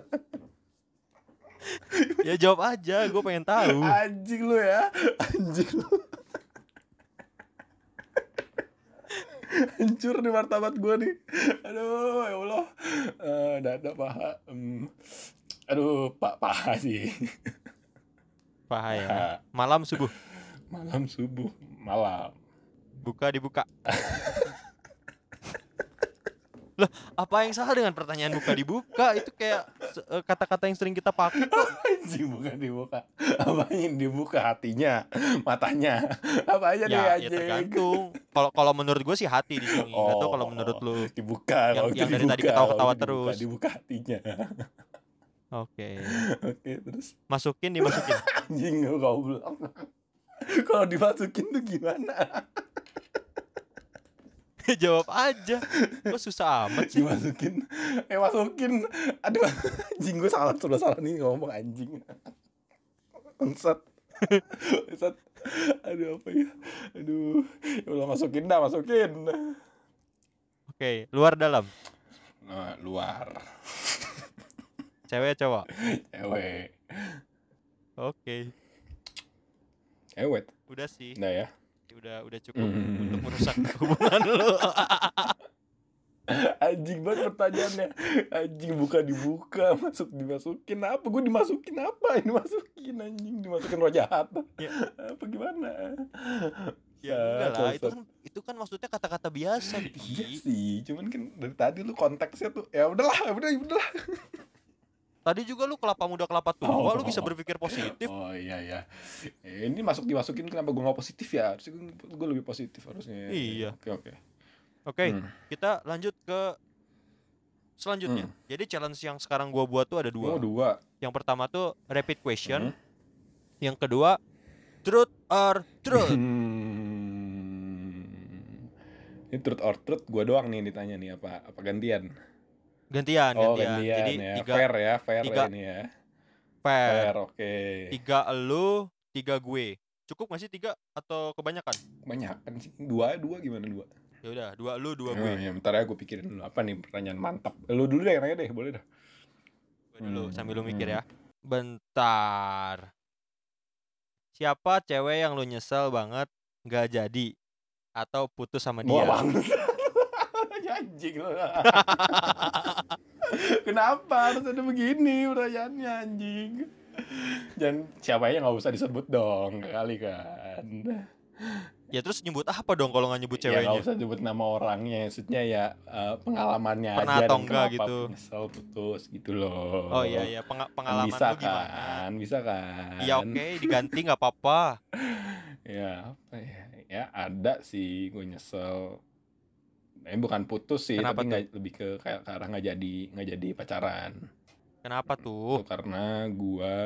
Ya jawab aja, gue pengen tahu. Anjing lu ya. Anjing lu. Hancur nih martabat gue nih. Aduh ya Allah. Eh, dada paha. Hmm. Aduh pak paha sih. Paha ya. Paha. Malam subuh. Malam subuh malam. Buka dibuka. Loh, apa yang salah dengan pertanyaan buka dibuka? Itu kayak se- eh, kata-kata yang sering kita pakai kok. Anjing bukan dibuka. Apa yang dibuka hatinya, matanya. Apa aja deh Ya, ya anjing. tergantung. Kalau kalau menurut gue sih hati di sini. Nggak tahu kalau menurut lu. dibuka. Yang- Kalau itu yang dari tadi dibuka, ketawa-ketawa kalau itu dibuka, terus. Dibuka hatinya. Oke. Oke terus Masukin dimasukin. anjing lu goblok. Kalau dimasukin tuh gimana? Jawab aja. Kok susah amat sih? Dimasukin. Eh masukin. Aduh anjing gue salah sudah salah nih ngomong anjing. Bangsat. Bangsat. Aduh apa ya? Aduh. Ya Allah masukin dah, masukin. Oke, luar dalam. Nah, luar. Cewek cowok. Cewek. Oke. Cewek. Udah sih. Nah ya. Udah udah cukup Hmm. untuk merusak hubungan lu. Anjing banget pertanyaannya. Anjing buka dibuka, masuk dimasukin apa? Gue dimasukin apa? Ini masukin anjing, dimasukin roh jahat. Ya. Apa gimana? Ya enggak lah, itu Sat, kan itu kan maksudnya kata-kata biasa, Iya Di. sih, cuman kan dari tadi lu konteksnya tuh ya udahlah, ya udah, ya udahlah. Tadi juga lu kelapa muda kelapa tua, Oh. lu bisa berpikir positif. Oh iya ya. Eh, ini masuk dimasukin kenapa gue nggak positif ya? Harusnya gue lebih positif harusnya. Iya. Oke oke. Oke, Hmm. kita lanjut ke selanjutnya. Hmm. Jadi challenge yang sekarang gua buat tuh ada dua. Oh dua. Yang pertama tuh rapid question. Hmm. Yang kedua truth or truth. Hmm. Ini truth or truth gue doang nih ditanya nih apa apa gantian? Gantian, Oh gantian. gantian Jadi ya. tiga Fair ya, fair tiga- ini ya. fair. Fair, oke. Tiga elu, tiga gue. Cukup gak sih tiga atau kebanyakan? Kebanyakan sih. Dua, dua gimana dua? Ya udah, dua elu, dua Oh, gue. ya, bentar ya gue pikirin dulu apa nih pertanyaan mantap. Lu dulu deh, nanya deh, boleh dah. Gue dulu Hmm, sambil lu mikir hmm. ya. Bentar. Siapa cewek yang lu nyesel banget gak jadi atau putus sama Gua dia? banget. Anjing lu. Kenapa harus ada begini pertanyaannya anjing? Dan siapa aja nggak usah disebut dong kali kan. Ya terus nyebut apa dong kalau nggak nyebut Ya nggak ceweknya? usah sebut nama orangnya, maksudnya ya eh, pengalamannya Pernah aja atau dan enggak kenapa gitu. nyesel putus gitu loh. Oh iya iya, Peng- Kan pengalaman bisa lu gimana? kan, bisa kan. Iya oke, diganti nggak apa-apa. Ya apa ya? Ya ada sih gue nyesel. Eh bukan putus sih, Kenapa tapi tuh? nggak lebih ke kayak karena nggak jadi nggak jadi pacaran. Kenapa tuh? Itu karena gue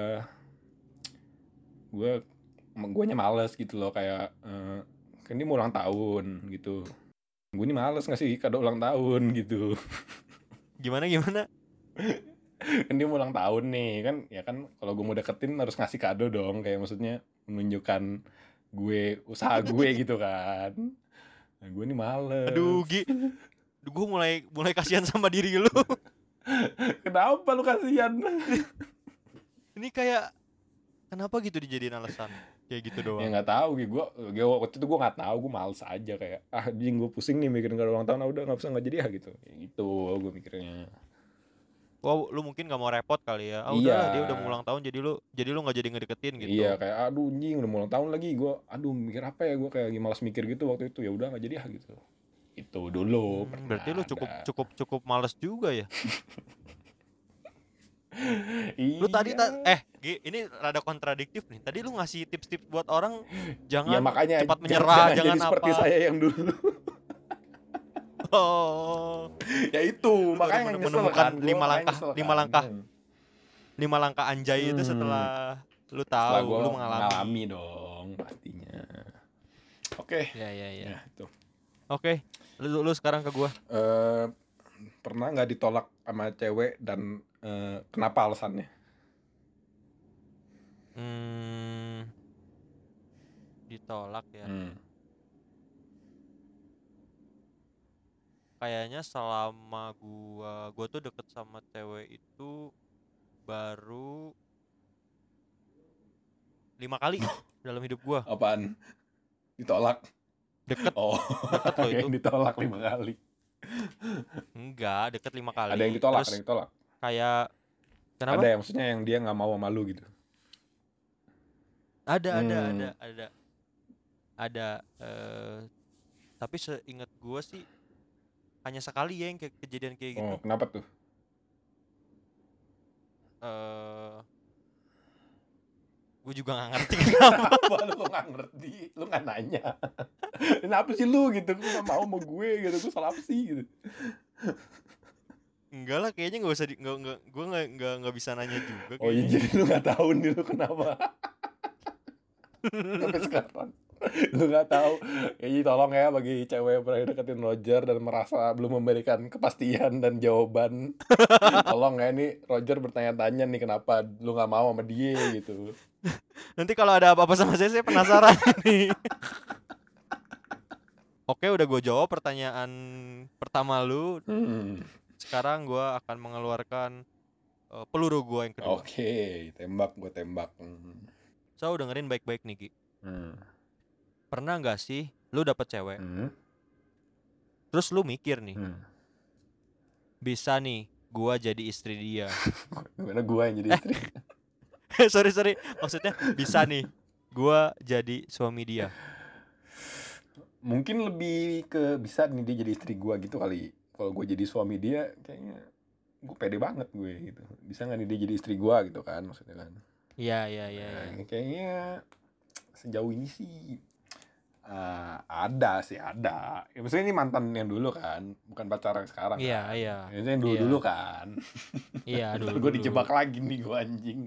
gue guanya males gitu loh kayak eh, kan ini mau ulang tahun gitu. Gue ini males ngasih kado ulang tahun gitu. Gimana gimana? Kan dia mau ulang tahun nih kan, ya kan kalau gue mau deketin harus ngasih kado dong, kayak maksudnya menunjukkan gue usaha gue gitu kan. Nah, gue ini males. Aduh Gi, gue mulai mulai kasihan sama diri lu. Kenapa lu kasihan? Ini kayak kenapa gitu dijadiin alasan? Kayak gitu Ya doang. nggak tahu gitu, gue gue waktu itu gue nggak tahu, gue males aja kayak ah jing gue pusing nih mikirin kado ulang tahun, ah, udah nggak usah nggak jadi ya gitu, ya gitu gue mikirnya. Wow, lu mungkin nggak mau repot kali ya. Ah Iya. udah, dia udah mau ulang tahun jadi lu jadi lu nggak jadi ngedeketin gitu. Iya kayak aduh jing udah mau ulang tahun lagi, gue aduh mikir apa ya, gue kayak lagi malas mikir gitu waktu itu, ya udah nggak jadi ya gitu. Itu dulu. Hmm, berarti lu pernah cukup ada. cukup cukup males juga ya. Iya. Lu tadi ta- eh Gi, ini rada kontradiktif nih. Tadi lu ngasih tips-tips buat orang jangan ya makanya cepat jangan- menyerah, jangan, jangan, jadi seperti apa. saya yang dulu. Oh, Ya itu Lu makanya baru nyesel menemukan kan, gua lima makanya langkah- nyesel lima kan. langkah. lima langkah anjay itu Hmm. setelah lu Setelah tahu, gua lu mengalami. mengalami dong pastinya. Oke. Ya ya ya. Ya itu. Oke, lu lu sekarang ke gua. Eh, pernah nggak ditolak sama cewek dan eh, kenapa alasannya? Hmm, ditolak ya. Hmm. Kayaknya selama gua gua tuh deket sama cewek itu baru lima kali dalam hidup gua. Apaan? Ditolak? Deket, Oh, deket loh itu. yang ditolak lima kali. Enggak, deket lima kali. Ada yang ditolak, Terus ada yang ditolak. kayak kenapa? Ada yang maksudnya yang dia nggak mau sama lu gitu. Ada, ada, Hmm. ada, ada, ada. eh tapi seingat gue sih hanya sekali ya yang kayak kejadian kayak gitu. Oh, kenapa tuh? eh gue juga nggak ngerti kenapa. Kenapa lu kok nggak ngerti? Lu nggak nanya. Kenapa sih lu gitu? Gue nggak mau sama gue gitu. Gue salah apa sih gitu? Enggak lah, kayaknya nggak usah di, nggak nggak gue nggak nggak nggak bisa nanya juga Oh iya, kayaknya. jadi lu nggak tahu nih lu kenapa? Sampai sekarang lu nggak tahu. Jadi tolong ya bagi cewek yang pernah deketin Roger dan merasa belum memberikan kepastian dan jawaban, tolong ya, ini Roger bertanya-tanya nih kenapa lu nggak mau sama dia gitu. Nanti kalau ada apa-apa sama saya, saya penasaran nih. Oke, udah gue jawab pertanyaan pertama lu. Hmm. Sekarang gue akan mengeluarkan uh, peluru gue yang kedua. Oke, tembak gue tembak. Hmm. So dengerin baik-baik nih Ki. Hmm. Pernah nggak sih lu dapet cewek, Hmm. terus lu mikir nih, Hmm. bisa nih gua jadi istri dia. Gimana gue yang jadi istri? sorry sorry, maksudnya bisa nih gua jadi suami dia. Mungkin lebih ke bisa nih dia jadi istri gue gitu kali. Kalau gue jadi suami dia kayaknya gue pede banget gue gitu. Bisa nggak nih dia jadi istri gue gitu kan, maksudnya kan. Iya iya iya. Nah, Ya. kayaknya sejauh ini sih uh, ada sih ada. Ya, maksudnya ini mantan yang dulu kan, bukan pacar yang sekarang. Iya kan. iya. Maksudnya yang dulu Iya. dulu kan. Iya dulu. Gue dijebak lagi nih gue anjing.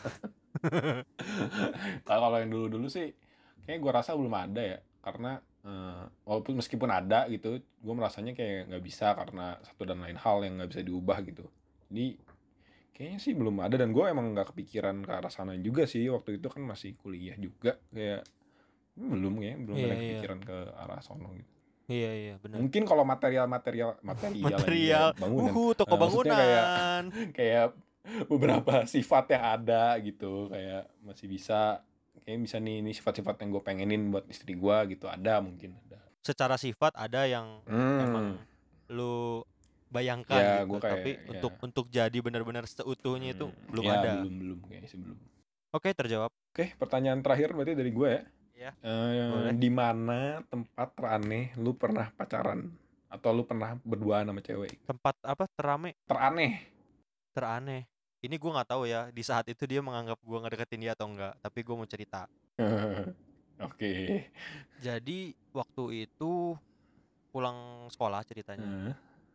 Nah, kalau yang dulu dulu sih, kayaknya gue rasa belum ada ya, karena uh, walaupun meskipun ada gitu, gue merasanya kayak nggak bisa karena satu dan lain hal yang nggak bisa diubah gitu. Jadi kayaknya sih belum ada, dan gue emang nggak kepikiran ke arah sana juga sih, waktu itu kan masih kuliah juga, kayak belum ya belum Iya, ada iya. kepikiran ke arah sono gitu. Iya iya benar. Mungkin kalau material material material, Material, yang bangunan, uhu toko Nah, maksudnya kayak bangunan. kayak beberapa sifat yang ada gitu, kayak masih bisa, kayak bisa nih ini sifat-sifat yang gue pengenin buat istri gue gitu, ada mungkin ada. Secara sifat ada yang Hmm. emang lu bayangkan Ya, gitu, gua kayak- tapi ya. untuk untuk jadi benar-benar seutuhnya itu Hmm, belum ya, ada. belum belum kayaknya sih belum. Oke, terjawab. Oke, pertanyaan terakhir berarti dari gue ya. Iya. Eh, Boleh. di mana tempat teraneh lu pernah pacaran atau lu pernah berduaan sama cewek? Tempat apa terame? Teraneh. Teraneh. Ini gue nggak tahu ya di saat itu dia menganggap gue ngedeketin dia atau enggak, tapi gue mau cerita. Oke. Jadi waktu itu pulang sekolah ceritanya. Hmm.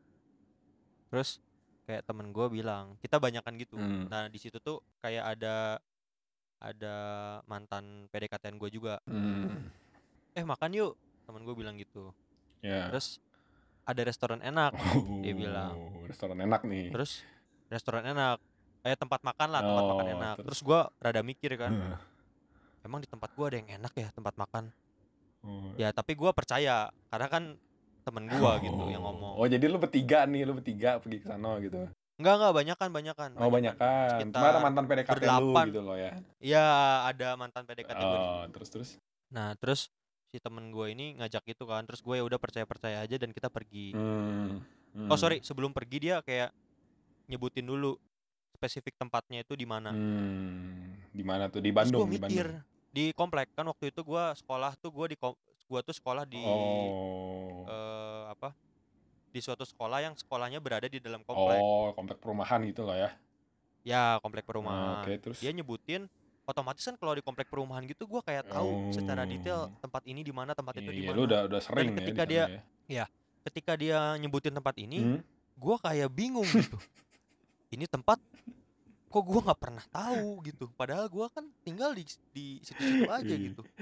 Terus kayak temen gue bilang, kita banyakan gitu. Hmm. Nah di situ tuh kayak ada ada mantan P D K T-an gue juga. Hmm. Eh makan yuk, temen gue bilang gitu. Ya. Terus ada restoran enak, dia bilang. Oh, restoran enak nih. Terus restoran enak, eh tempat makan lah, tempat Oh, makan enak. terus? Terus gue rada mikir kan, Hmm. emang di tempat gue ada yang enak ya tempat makan? Oh. Ya tapi gue percaya, karena kan temen gue gitu yang ngomong. Oh, jadi lu bertiga nih, lu bertiga pergi ke sana gitu. Enggak enggak banyakan banyakan. Oh, banyak kan. Sekitar Cuma ada mantan P D K T lu berdelapan. gitu loh ya. Iya ada mantan P D K T gue. Oh, terus terus. Nah terus si temen gue ini ngajak gitu kan, terus gue ya udah percaya percaya aja dan kita pergi. Hmm. Hmm. Oh sorry, sebelum pergi dia kayak nyebutin dulu spesifik tempatnya itu di mana. Hmm. Di mana tuh? Di Terus Bandung, gue di mikir Bandung. di komplek kan waktu itu gue sekolah tuh gue di gue tuh sekolah di Oh. eh, apa di suatu sekolah yang sekolahnya berada di dalam komplek. Oh, komplek perumahan gitu lah ya. Ya komplek perumahan. Oke, terus? Dia nyebutin, otomatis kan kalau di komplek perumahan gitu gue kayak tahu Oh. secara detail tempat ini di mana, tempat itu di Iya, mana. lu udah udah sering Dan ya ketika di dia sana ya. ketika dia nyebutin tempat ini, Hmm? gue kayak bingung gitu. Ini tempat kok gue nggak pernah tahu gitu. Padahal gue kan tinggal di di situ-situ aja Iya. gitu.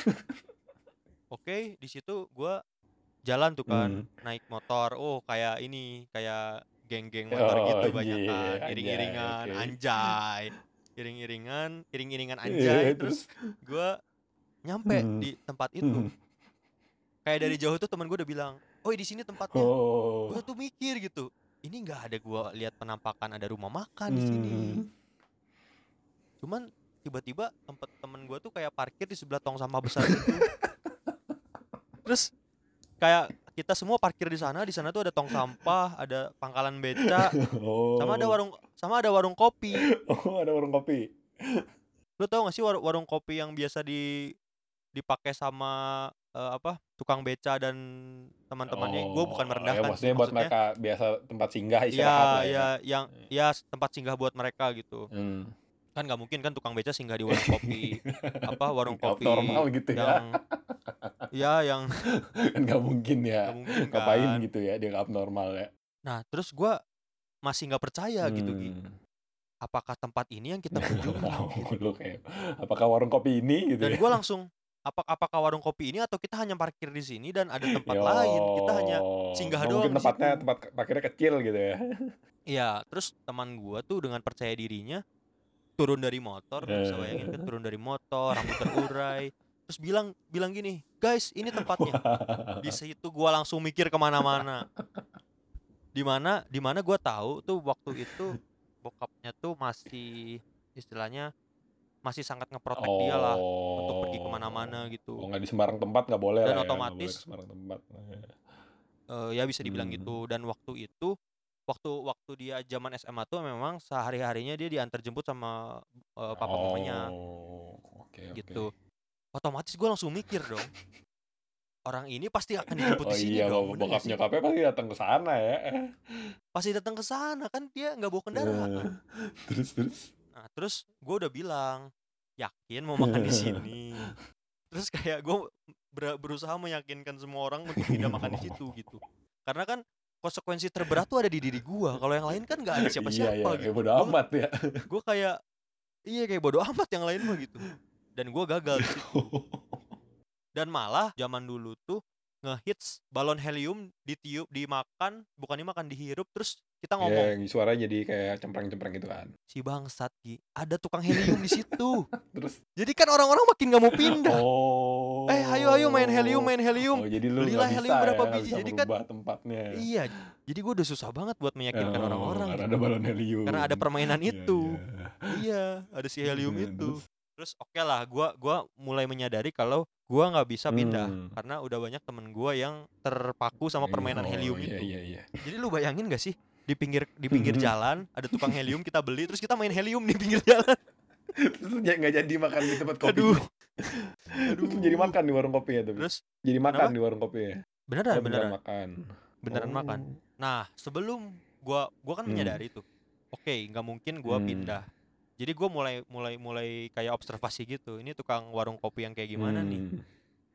Oke, di situ gue jalan tuh kan, Hmm. naik motor. Oh kayak ini, kayak geng-geng motor gitu Oh, banyak iya, kan, anjay, iring-iringan, oke. anjay, iring-iringan, iring-iringan Iya, anjay. terus? Terus gue nyampe Hmm. di tempat itu. Hmm. Kayak dari jauh tuh teman gue udah bilang, oh di sini tempatnya. Oh. Gue tuh mikir gitu, ini nggak ada gue lihat penampakan ada rumah makan di sini. Hmm. Cuman tiba-tiba tempat temen gue tuh kayak parkir di sebelah tong sampah besar gitu. Terus kayak kita semua parkir di sana, di sana tuh ada tong sampah, ada pangkalan beca, sama ada Oh. warung sama ada warung kopi. Oh, ada warung kopi. Lu tau gak sih war- warung kopi yang biasa di dipakai sama eh, apa tukang beca dan teman-temannya? Gue bukan Oh, ya merendahkan sih, maksudnya buat maksudnya mereka biasa tempat singgah ya istirahat lah ya. ya yang ya tempat singgah buat mereka gitu. Hmm. Kan nggak mungkin kan tukang beca singgah di warung kopi apa warung Nggak kopi normal gitu ya. yang ya yang Kan nggak mungkin ya. nggak mungkin Ngapain kan. gitu ya, dia nggak abnormal ya. Nah terus gue masih nggak percaya gitu Gi, Hmm. apakah tempat ini yang kita kunjungi Tahu gitu. lu kayak apakah warung kopi ini gitu Dan ya. gue langsung apa apakah warung kopi ini atau kita hanya parkir di sini dan ada tempat Yo, lain, kita hanya singgah oh, doang mungkin di tempatnya situ. tempat parkirnya kecil gitu ya. Iya, terus teman gua tuh dengan percaya dirinya turun dari motor, lu bisa bayangin kan, turun dari motor, rambut terurai, terus bilang bilang gini, guys ini tempatnya. Di situ gua langsung mikir kemana-mana. Di mana di mana gua tahu tuh waktu itu bokapnya tuh masih istilahnya masih sangat ngeprotek dia lah untuk pergi kemana-mana gitu. Oh, nggak di sembarang tempat nggak boleh Dan lah ya, nggak boleh ke otomatis sembarang tempat. eh, ya bisa dibilang Hmm. gitu. Dan waktu itu waktu waktu dia zaman S M A tuh memang sehari-harinya dia diantar jemput sama eh, papa mamanya Oh, oke oke. gitu. Otomatis gue langsung mikir dong, orang ini pasti akan dijemput Oh di sini iya, dong, bener bokap gak sih? nyokapnya pasti datang ke sana ya. Pasti datang ke sana kan, dia nggak bawa kendaraan. Terus terus. Nah terus gue udah bilang, yakin mau makan di sini? Terus kayak gue ber- berusaha meyakinkan semua orang untuk tidak makan di situ gitu. Karena kan konsekuensi terberat tuh ada di diri gue. Kalau yang lain kan nggak ada siapa-siapa Iya, iya, gitu. ya bodo Gua- amat ya. gue kayak iya kayak bodo amat yang lain mah gitu. Dan gue gagal di situ. Dan malah zaman dulu tuh ngehits balon helium ditiup, dimakan, bukan dimakan, dihirup, terus kita ngomong, Ya, suara jadi kayak cempreng-cempreng gitu kan. si bangsat Gi, ada tukang helium di situ. Terus Jadi kan orang-orang makin gak mau pindah. oh. Eh ayo ayo main helium, main helium. Oh, jadi lu Belilah nggak bisa helium berapa ya, nggak biji. bisa Jadi kan merubah tempatnya. iya, jadi gue udah susah banget buat meyakinkan Oh, orang-orang karena gitu. ada balon helium. Karena ada permainan Iya, itu. iya. Iya, ada si helium Terus? itu. Terus oke lah, gua gua mulai menyadari kalau gua nggak bisa pindah Hmm. karena udah banyak temen gua yang terpaku sama permainan Oh, helium iya, itu. Iya, iya. Jadi lu bayangin gak sih di pinggir di pinggir jalan ada tukang helium, kita beli terus kita main helium di pinggir jalan. Terus j- nggak jadi makan di tempat kopi. Aduh. Terus jadi makan di warung kopi ya tuh. Terus Jadi makan kenapa? di warung kopi ya. beneran Oh, beneran makan. beneran Oh. makan. Nah, sebelum gua gua kan Hmm. menyadari tuh. Oke, nggak mungkin gua Hmm. pindah. Jadi gua mulai mulai mulai kayak observasi gitu. Ini tukang warung kopi yang kayak gimana nih? Hmm.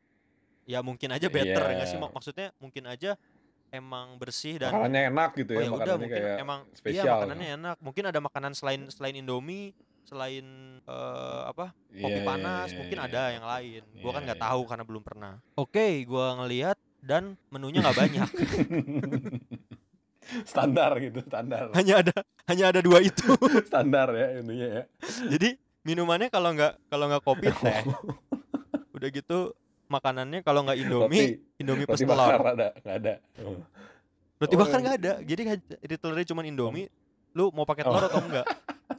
Ya mungkin aja better Iya. nggak sih? Mak- Maksudnya mungkin aja emang bersih dan Makanannya enak gitu oh ya, ya udah makanannya mungkin kayak emang iya spesial. makanannya enak. Mungkin ada makanan selain selain Indomie, selain eh, apa? Kopi Iya, panas, iya, mungkin iya, ada iya. yang lain. Gua kan Iya, nggak iya. tahu karena belum pernah. Oke, gua ngelihat dan menunya nggak banyak. Standar gitu, standar. hanya ada hanya ada dua itu. Standar ya ininya ya. Jadi minumannya kalau nggak kalau nggak kopi teh. Udah gitu makanannya kalau nggak Indomie, Roti, Indomie plus roti bakar telur. ada, nggak ada. Oh. Roti Oh, bakar yang- nggak ada. Jadi retailernya cuma Indomie. Lu mau pakai telur Oh. atau enggak?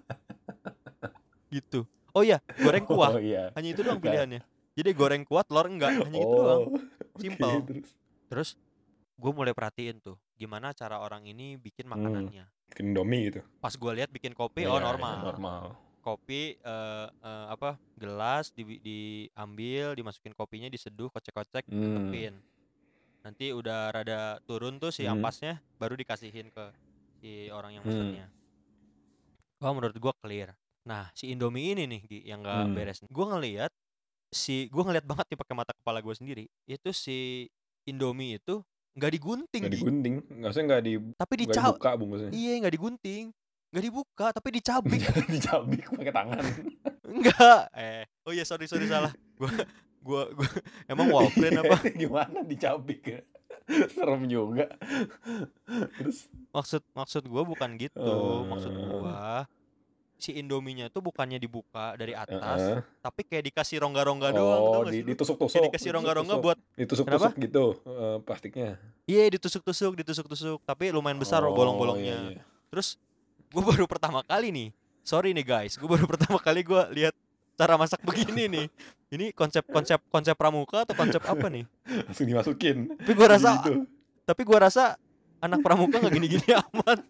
Gitu. Oh iya, goreng kuah. Oh iya. Hanya itu doang pilihannya. Jadi goreng kuah, telur enggak. Hanya gitu doang. Oh, oke, Simple. terus. Terus gue mulai perhatiin tuh gimana cara orang ini bikin makanannya. Bikin Indomie gitu. Pas gue lihat bikin kopi, Iya, oh iya, normal. normal. Kopi eh, eh, apa gelas di, diambil, dimasukin kopinya, diseduh, kocek-kocek, Hmm. tetepin. Nanti udah rada turun tuh si Hmm. ampasnya, baru dikasihin ke si orang yang Hmm. mesennya. Wah menurut gua clear. Nah si Indomie ini nih Gi, yang gak Hmm. beres. Gua ngelihat si gua ngelihat banget nih pakai mata kepala gua sendiri. Itu si Indomie itu nggak digunting, Nggak Gi. digunting, maksudnya nggak di tapi nggak dicabik. dibuka bungkusnya. Iya nggak digunting, nggak dibuka, tapi dicabik. Dicabik pakai tangan. Enggak. Eh, oh iya sorry sorry salah. Gua gua gua emang Walfrin apa? Gimana dicabik ya? Serem juga. Terus Maksud maksud gua bukan gitu. Oh. Maksud gua si Indominya tuh bukannya dibuka dari atas, Heeh. tapi kayak dikasih rongga-rongga doang, tau Oh, gak di, sih lu? ditusuk-tusuk. Kayak dikasih rongga-rongga buat ditusuk-tusuk gitu eh, plastiknya. iya ditusuk-tusuk, ditusuk-tusuk, tapi lumayan besar Oh, bolong-bolongnya. iya, iya. Terus gua baru pertama kali nih. Sorry nih guys, gua baru pertama kali gua lihat cara masak begini nih. Ini konsep konsep konsep pramuka atau konsep apa nih? Langsung dimasukin. Tapi gua Jadi rasa itu. tapi gua rasa anak pramuka nggak gini-gini amat.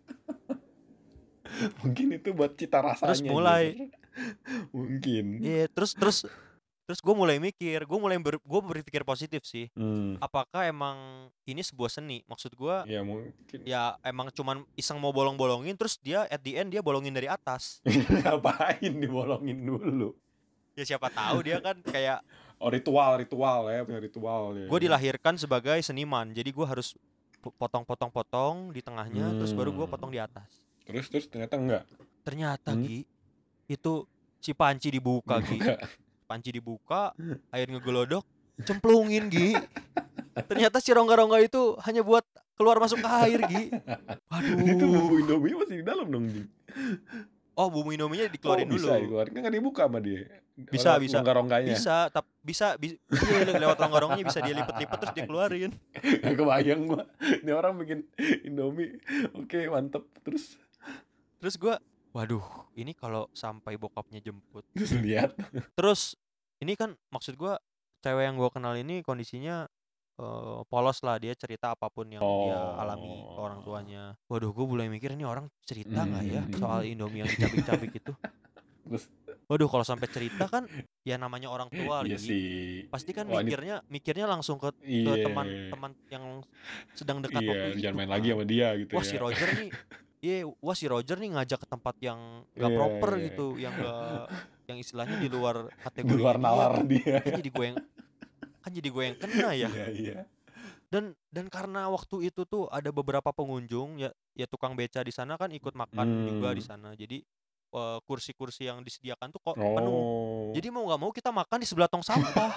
Mungkin itu buat cita Terus rasanya, mulai Jir. Mungkin. iya, terus terus terus gue mulai mikir, gue mulai ber, gue berpikir positif sih. Hmm. Apakah emang ini sebuah seni? Maksud gue Ya mungkin. ya emang cuman iseng mau bolong-bolongin, terus dia at the end dia bolongin dari atas. Ngapain dibolongin dulu? Ya siapa tahu dia kan kayak Oh, ritual, ritual ya, punya ritual ya. gue dilahirkan sebagai seniman, jadi gue harus p- potong-potong-potong di tengahnya, terus baru gue Hmm. potong di atas. Terus terus ternyata enggak. Ternyata Hmm? Gi, itu si panci dibuka Gi, Enggak. panci dibuka, air ngegelodok, cemplungin Gi. Ternyata si rongga-rongga itu hanya buat keluar masuk ke air Gi. Itu bumbu Waduh. Indomie masih di dalam dong, Jing. Oh, bumbu Indominya Oh, dikeluarin bisa dulu. dikeluarin. Kan nggak dibuka sama dia. Bisa, Lewat bisa. rongga-rongganya. Bisa, tapi bisa, bi- iya, le- lewat rongga-rongganya bisa dia lipet-lipet terus dikeluarin. Gak kebayang gua. Ini orang bikin Indomie. Oke, mantep. Terus Terus gua, waduh, ini kalau sampai bokapnya jemput. terus lihat. Terus ini kan maksud gua cewek yang gua kenal ini kondisinya eh, polos lah, dia cerita apapun yang dia alami ke orang Oh. tuanya. Waduh, gua mulai mikir ini orang cerita nggak ya Hmm. soal Indomie yang dicabik-cabik itu. Terus Waduh, kalau sampai cerita kan ya namanya orang tua iya Gi. sih. Pasti kan Wah, ini mikirnya mikirnya langsung ke ke iya. teman-teman yang sedang dekat Iya, waktu itu jangan main kan. lagi sama dia gitu Wah si ya. Roger nih, iya, wah si Roger nih ngajak ke tempat yang nggak Iya, proper iya. gitu, yang nggak, yang istilahnya di luar Di kategori luar dia. nalar dia. Kan jadi gue yang, kan jadi gue yang kena ya. Iya, iya. Dan dan karena waktu itu tuh ada beberapa pengunjung ya, ya tukang beca di sana kan ikut makan juga di Hmm. sana. Jadi eh, kursi-kursi yang disediakan tuh kok penuh. Oh. Jadi mau nggak mau kita makan di sebelah tong sampah.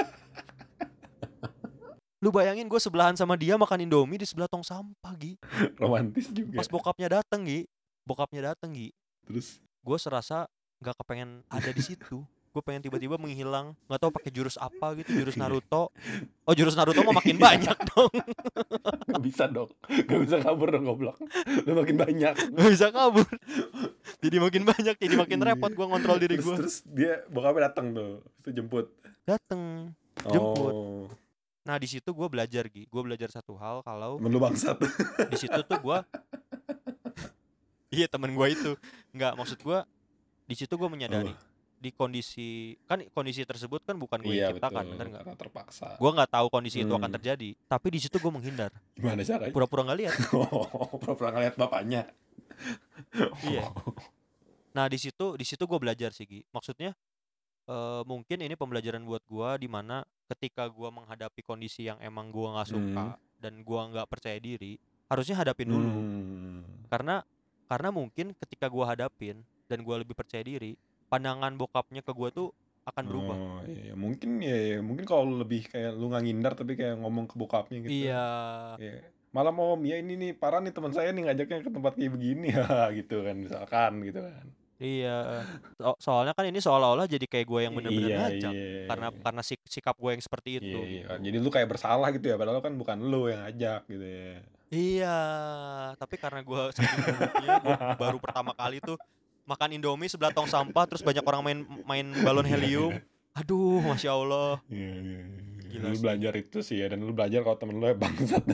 Lu bayangin gue sebelahan sama dia makan Indomie di sebelah tong sampah Gi. Romantis juga. Pas bokapnya dateng Gi, bokapnya dateng Gi, Terus gue serasa nggak kepengen ada di situ. Gue pengen tiba-tiba menghilang, nggak tahu pakai jurus apa gitu, jurus Naruto. Oh jurus Naruto mah makin banyak dong. gak bisa dong. Gak bisa kabur dong goblok. Lu makin banyak. Nggak bisa kabur. Jadi makin banyak, jadi makin repot gue ngontrol diri Terus gue. terus dia bokapnya datang tuh. Itu jemput. Dateng, jemput. Oh. Nah di situ gue belajar Gi, gue belajar satu hal kalau Temen lu bangsat. di situ tuh gue, iya temen gue itu, nggak maksud gue di situ gue menyadari Oh. di kondisi kan kondisi tersebut kan bukan gue Iya yang ciptakan, betul. bener nggak? Karena terpaksa. Gue nggak tahu kondisi itu akan Hmm. terjadi, tapi di situ gue menghindar, Gimana caranya? pura-pura nggak lihat. Oh, pernah ngeliat bapaknya. Iya. Nah di situ di situ gue belajar sih Gi. Maksudnya eh, mungkin ini pembelajaran buat gue di mana ketika gue menghadapi kondisi yang emang gue nggak suka Hmm. dan gue nggak percaya diri, harusnya hadapin dulu. Hmm. Karena karena mungkin ketika gue hadapin dan gue lebih percaya diri, pandangan bokapnya ke gue tuh akan berubah. Oh iya, mungkin ya, ya, mungkin kalau lu lebih kayak lu nggak ngindar tapi kayak ngomong ke bokapnya gitu. Iya. Ya. Malam om, ya ini nih parah nih teman saya nih ngajaknya ke tempat kayak begini ya gitu kan misalkan gitu kan. Iya. So- soalnya kan ini seolah-olah jadi kayak gue yang bener-bener Iya, ngajak iya. karena karena sik- sikap gue yang seperti itu. Iya, iya. gitu. Jadi lu kayak bersalah gitu ya, padahal kan bukan lu yang ngajak gitu ya. Iya, tapi karena gue saking gugupnya, gue baru pertama kali tuh makan Indomie sebelah tong sampah, terus banyak orang main main balon helium. Aduh, masya Allah. Iya, iya, iya. Gila Lu sih. belajar itu sih ya, dan lu belajar kalau temen lu ya bangsat.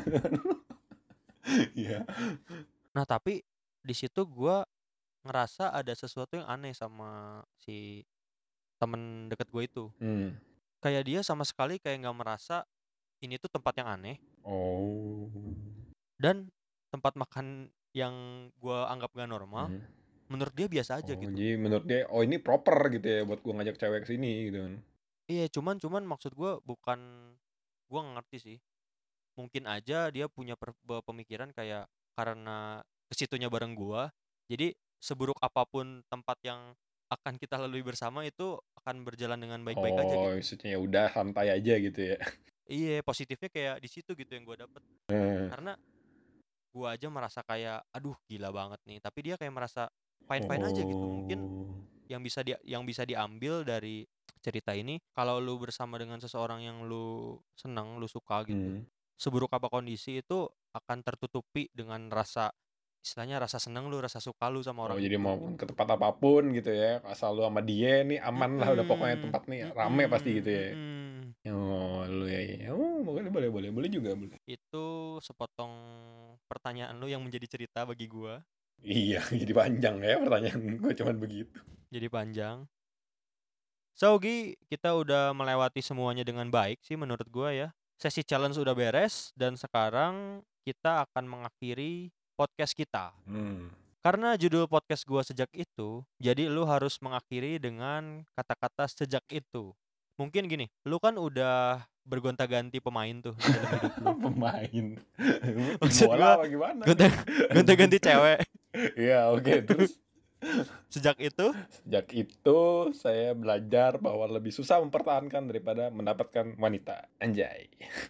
Iya. Nah tapi di situ gue ngerasa ada sesuatu yang aneh sama si temen deket gue itu. Hmm. Kayak dia sama sekali kayak nggak merasa ini tuh tempat yang aneh Oh. dan tempat makan yang gue anggap gak normal, Hmm. menurut dia biasa aja Oh, gitu. jadi menurut dia, oh ini proper gitu ya buat gua ngajak cewek ke sini gitu kan. Iya, cuman cuman maksud gue bukan, gue nggak ngerti sih. Mungkin aja dia punya per- be- pemikiran kayak karena kesitunya bareng gue, jadi seburuk apapun tempat yang akan kita lalui bersama itu akan berjalan dengan baik-baik aja Oh, gitu. maksudnya ya udah santai aja gitu ya. Iya, positifnya kayak di situ gitu yang gue dapet. Eh. Karena gue aja merasa kayak aduh gila banget nih, tapi dia kayak merasa fine-fine aja gitu. Mungkin Oh. yang bisa dia yang bisa diambil dari cerita ini, kalau lu bersama dengan seseorang yang lu senang, lu suka gitu, Hmm. seburuk apa kondisi itu akan tertutupi dengan rasa istilahnya rasa seneng lu, rasa suka lu sama Oh, orang jadi itu. mau ke tempat apapun gitu ya, asal lu sama dia nih aman lah udah pokoknya Mm-mm, tempat nih rame pasti mm-mm, gitu ya. mm-mm. Oh, lu ya, ya. Oh, boleh, boleh, boleh, boleh juga, boleh. Itu sepotong pertanyaan lu yang menjadi cerita bagi gua. Iya, jadi panjang ya pertanyaan gue cuman begitu. Jadi panjang. So, Gi, kita udah melewati semuanya dengan baik sih menurut gua ya. Sesi challenge udah beres dan sekarang kita akan mengakhiri podcast kita. Hmm. Karena judul podcast gua sejak itu, jadi lu harus mengakhiri dengan kata-kata sejak itu. Mungkin gini, lu kan udah bergonta-ganti pemain tuh di dalam hidup lu. Pemain. Maksud Bola gua apa gimana? gonta gonta-ganti cewek. Iya, oke, terus Sejak itu, sejak itu saya belajar bahwa lebih susah mempertahankan daripada mendapatkan wanita. Anjay.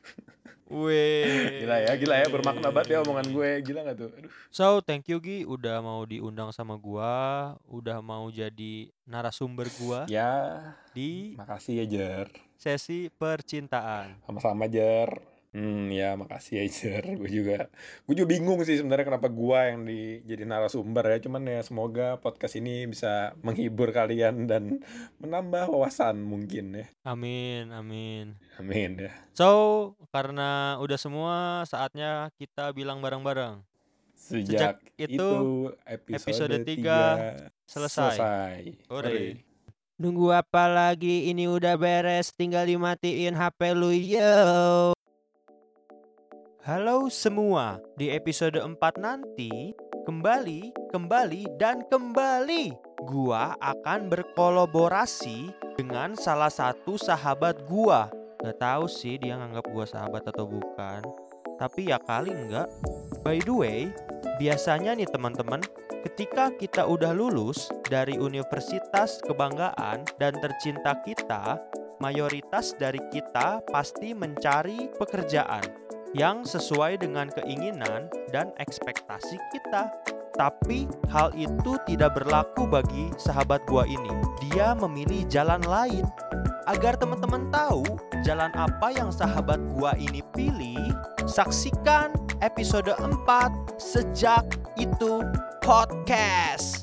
weh. Gila ya, gila ya, bermakna banget ya omongan gue. Gila gak tuh? Aduh. So, thank you Gi udah mau diundang sama gua, udah mau jadi narasumber gua Ya, di makasih ya, Jer. sesi percintaan. Sama-sama, Jer. Hmm, ya makasih ya, Jer. Gue juga gue juga bingung sih sebenarnya kenapa gua yang di jadi narasumber ya. Cuman ya semoga podcast ini bisa menghibur kalian dan menambah wawasan mungkin ya. Amin, amin. Amin ya. So, karena udah semua, saatnya kita bilang bareng-bareng. Sejak, Sejak itu, itu episode, episode tiga tiga selesai. selesai. Hore. Hore. Nunggu apa lagi? Ini udah beres, tinggal dimatiin H P lu, yo. Halo semua, di episode empat nanti kembali, kembali, dan kembali gua akan berkolaborasi dengan salah satu sahabat gua. Gak tahu sih dia nganggap gua sahabat atau bukan, tapi ya kali enggak. By the way, biasanya nih teman-teman, ketika kita udah lulus dari universitas kebanggaan dan tercinta kita, mayoritas dari kita pasti mencari pekerjaan yang sesuai dengan keinginan dan ekspektasi kita. Tapi hal itu tidak berlaku bagi sahabat gua ini. Dia memilih jalan lain. Agar teman-teman tahu jalan apa yang sahabat gua ini pilih, saksikan episode empat Sejak Itu Podcast.